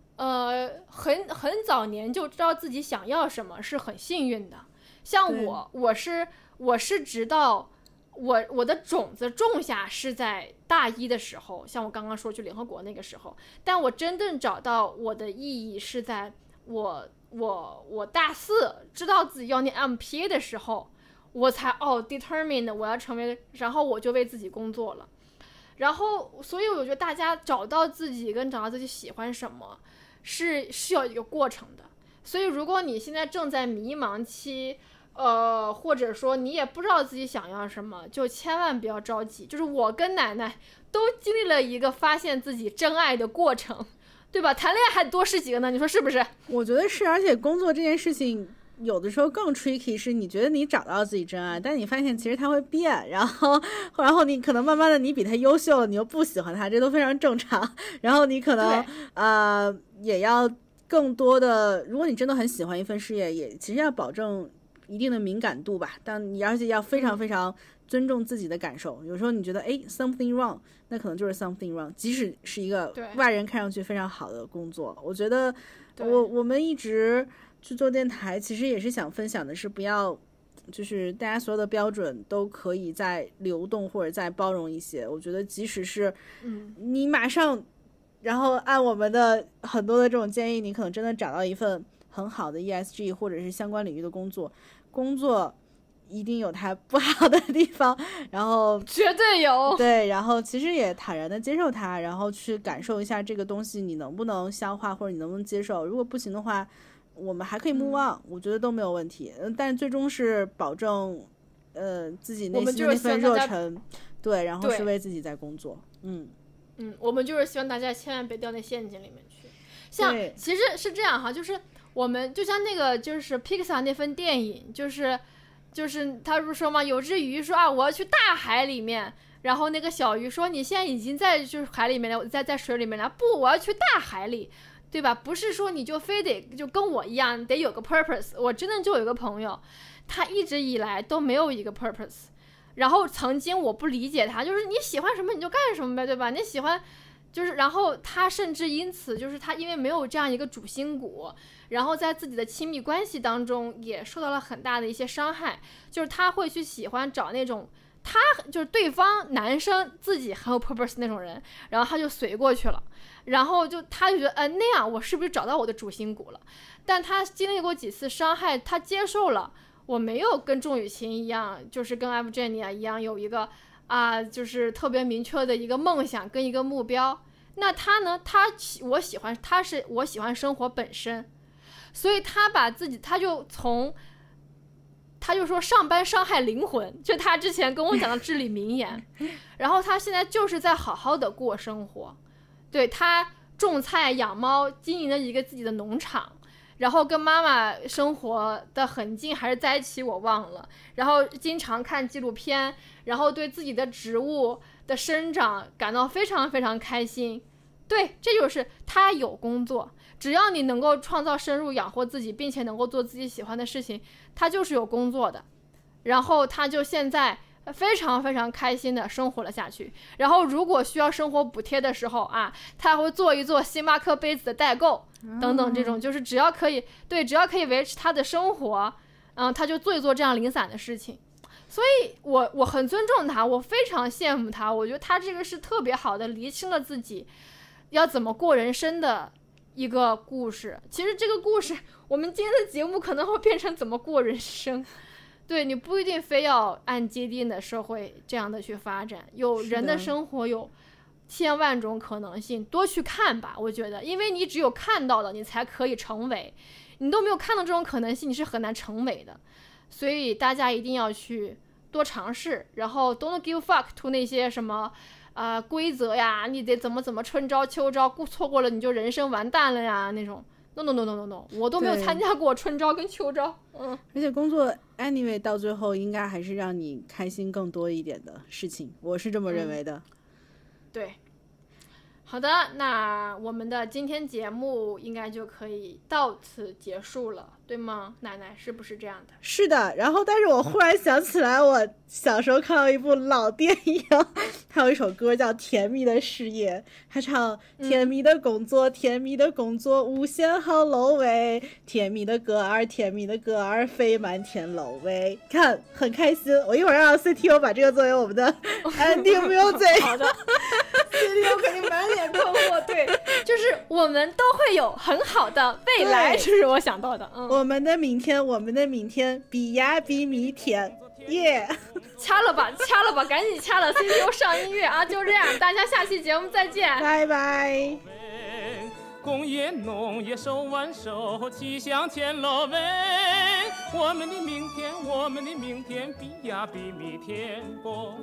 很早年就知道自己想要什么是很幸运的。像我是直到我的种子种下是在大一的时候，像我刚刚说去联合国那个时候，但我真正找到我的意义是在我大四知道自己要念 MPA 的时候，我才determined 我要成为，然后我就为自己工作了。然后所以我觉得大家找到自己跟找到自己喜欢什么是要一个过程的。所以如果你现在正在迷茫期，或者说你也不知道自己想要什么，就千万不要着急。就是我跟奶奶都经历了一个发现自己真爱的过程，对吧？谈恋爱还多试几个呢，你说是不是？ 我觉得是，而且工作这件事情有的时候更 tricky， 是你觉得你找到自己真爱，但你发现其实它会变，然后你可能慢慢的你比他优秀了，你又不喜欢他，这都非常正常。然后你可能也要更多的，如果你真的很喜欢一份事业，也其实要保证一定的敏感度吧，但你而且要非常非常尊重自己的感受。有时候你觉得something wrong， 那可能就是 something wrong， 即使是一个外人看上去非常好的工作。我觉得我们一直去做电台，其实也是想分享的是，不要就是大家所有的标准都可以再流动或者再包容一些。我觉得即使是你马上然后按我们的很多的这种建议，你可能真的找到一份很好的 ESG 或者是相关领域的工作一定有它不好的地方，然后绝对有。 对，然后其实也坦然的接受它，然后去感受一下这个东西你能不能消化或者你能不能接受。如果不行的话，我们还可以move on，我觉得都没有问题。但最终是保证自己内心的那份热忱，对，然后是为自己在工作。 我们就是希望大家千万别掉那陷阱里面去。像其实是这样哈，就是我们就像那个就是 Pixar 那份电影，就是他不是说嘛，有只鱼说我要去大海里面，然后那个小鱼说你现在已经在就是海里面了，在水里面了，不，我要去大海里，对吧？不是说你就非得就跟我一样得有个 purpose。 我真的就有一个朋友，他一直以来都没有一个 purpose， 然后曾经我不理解他，就是你喜欢什么你就干什么呗，对吧？你喜欢就是然后他甚至因此就是他因为没有这样一个主心骨，然后在自己的亲密关系当中也受到了很大的一些伤害。就是他会去喜欢找那种他就是对方男生自己很有 purpose 那种人，然后他就随过去了，然后他就觉得那样我是不是找到我的主心骨了？但他经历过几次伤害，他接受了我没有跟仲雨晴一样，就是跟 Evgenia 一样有一个就是特别明确的一个梦想跟一个目标。那他呢，我喜欢生活本身，所以他就说上班伤害灵魂，就他之前跟我讲的至理名言。然后他现在就是在好好的过生活，对，他种菜养猫，经营了一个自己的农场，然后跟妈妈生活的很近，还是在一起我忘了，然后经常看纪录片，然后对自己的植物的生长感到非常非常开心。对，这就是他有工作，只要你能够创造收入养活自己，并且能够做自己喜欢的事情，他就是有工作的。然后他就现在非常非常开心的生活了下去。然后如果需要生活补贴的时候他还会做一做星巴克杯子的代购等等，这种就是只要可以维持他的生活，他就做一做这样零散的事情。所以我很尊重他，我非常羡慕他，我觉得他这个是特别好的厘清了自己要怎么过人生的一个故事。其实这个故事我们今天的节目可能会变成怎么过人生，对，你不一定非要按既定的社会这样的去发展，有人的生活有千万种可能性，多去看吧。我觉得因为你只有看到了你才可以成为，你都没有看到这种可能性，你是很难成为的。所以大家一定要去多尝试，然后 don't give fuck to 那些什么规则呀，你得怎么春招秋招，错过了你就人生完蛋了呀那种。No， 我都没有参加过春招跟秋招。 而且工作 anyway 到最后应该还是让你开心更多一点的事情，我是这么认为的。 对，好的，那我们的今天节目应该就可以到此结束了，对吗？奶奶是不是这样的？ 是的。然后但是我忽然想起来，我小时候看到一部老电影，它有一首歌叫《甜蜜的事业》，他唱甜蜜的工作，甜蜜的工作无限好楼喂，甜蜜的歌儿，甜蜜的歌儿飞满天楼喂，看很开心。我一会儿让 CTO 把这个作为我们的 ending music。 好的CTO 肯定满脸困惑。对，就是我们都会有很好的未来，这是我想到的。 我们的明天比呀比明天耶、 掐了吧，赶紧掐了 CTO 上音乐啊！就这样，大家下期节目再见， 拜拜。 工业农业手挽手，齐向前喽喂！我们的明天比呀比明天不。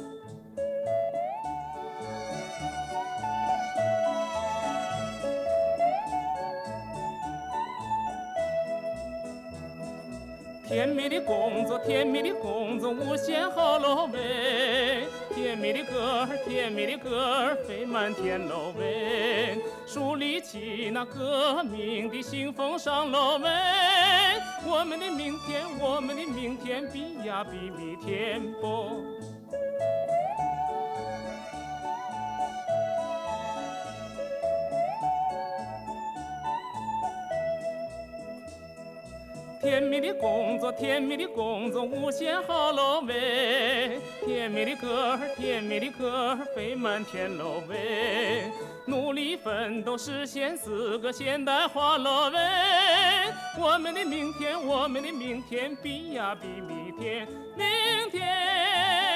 甜蜜的工作，甜蜜的工作无限好喽喂！甜蜜的歌儿飞满天喽喂！树立起那革命的新风尚喽喂！我们的明天比呀比明天不。甜蜜的工作无限好喽喂！甜蜜的歌儿飞满天喽喂！努力奋斗实现4个现代化喽喂！我们的明天比呀比明天，明天。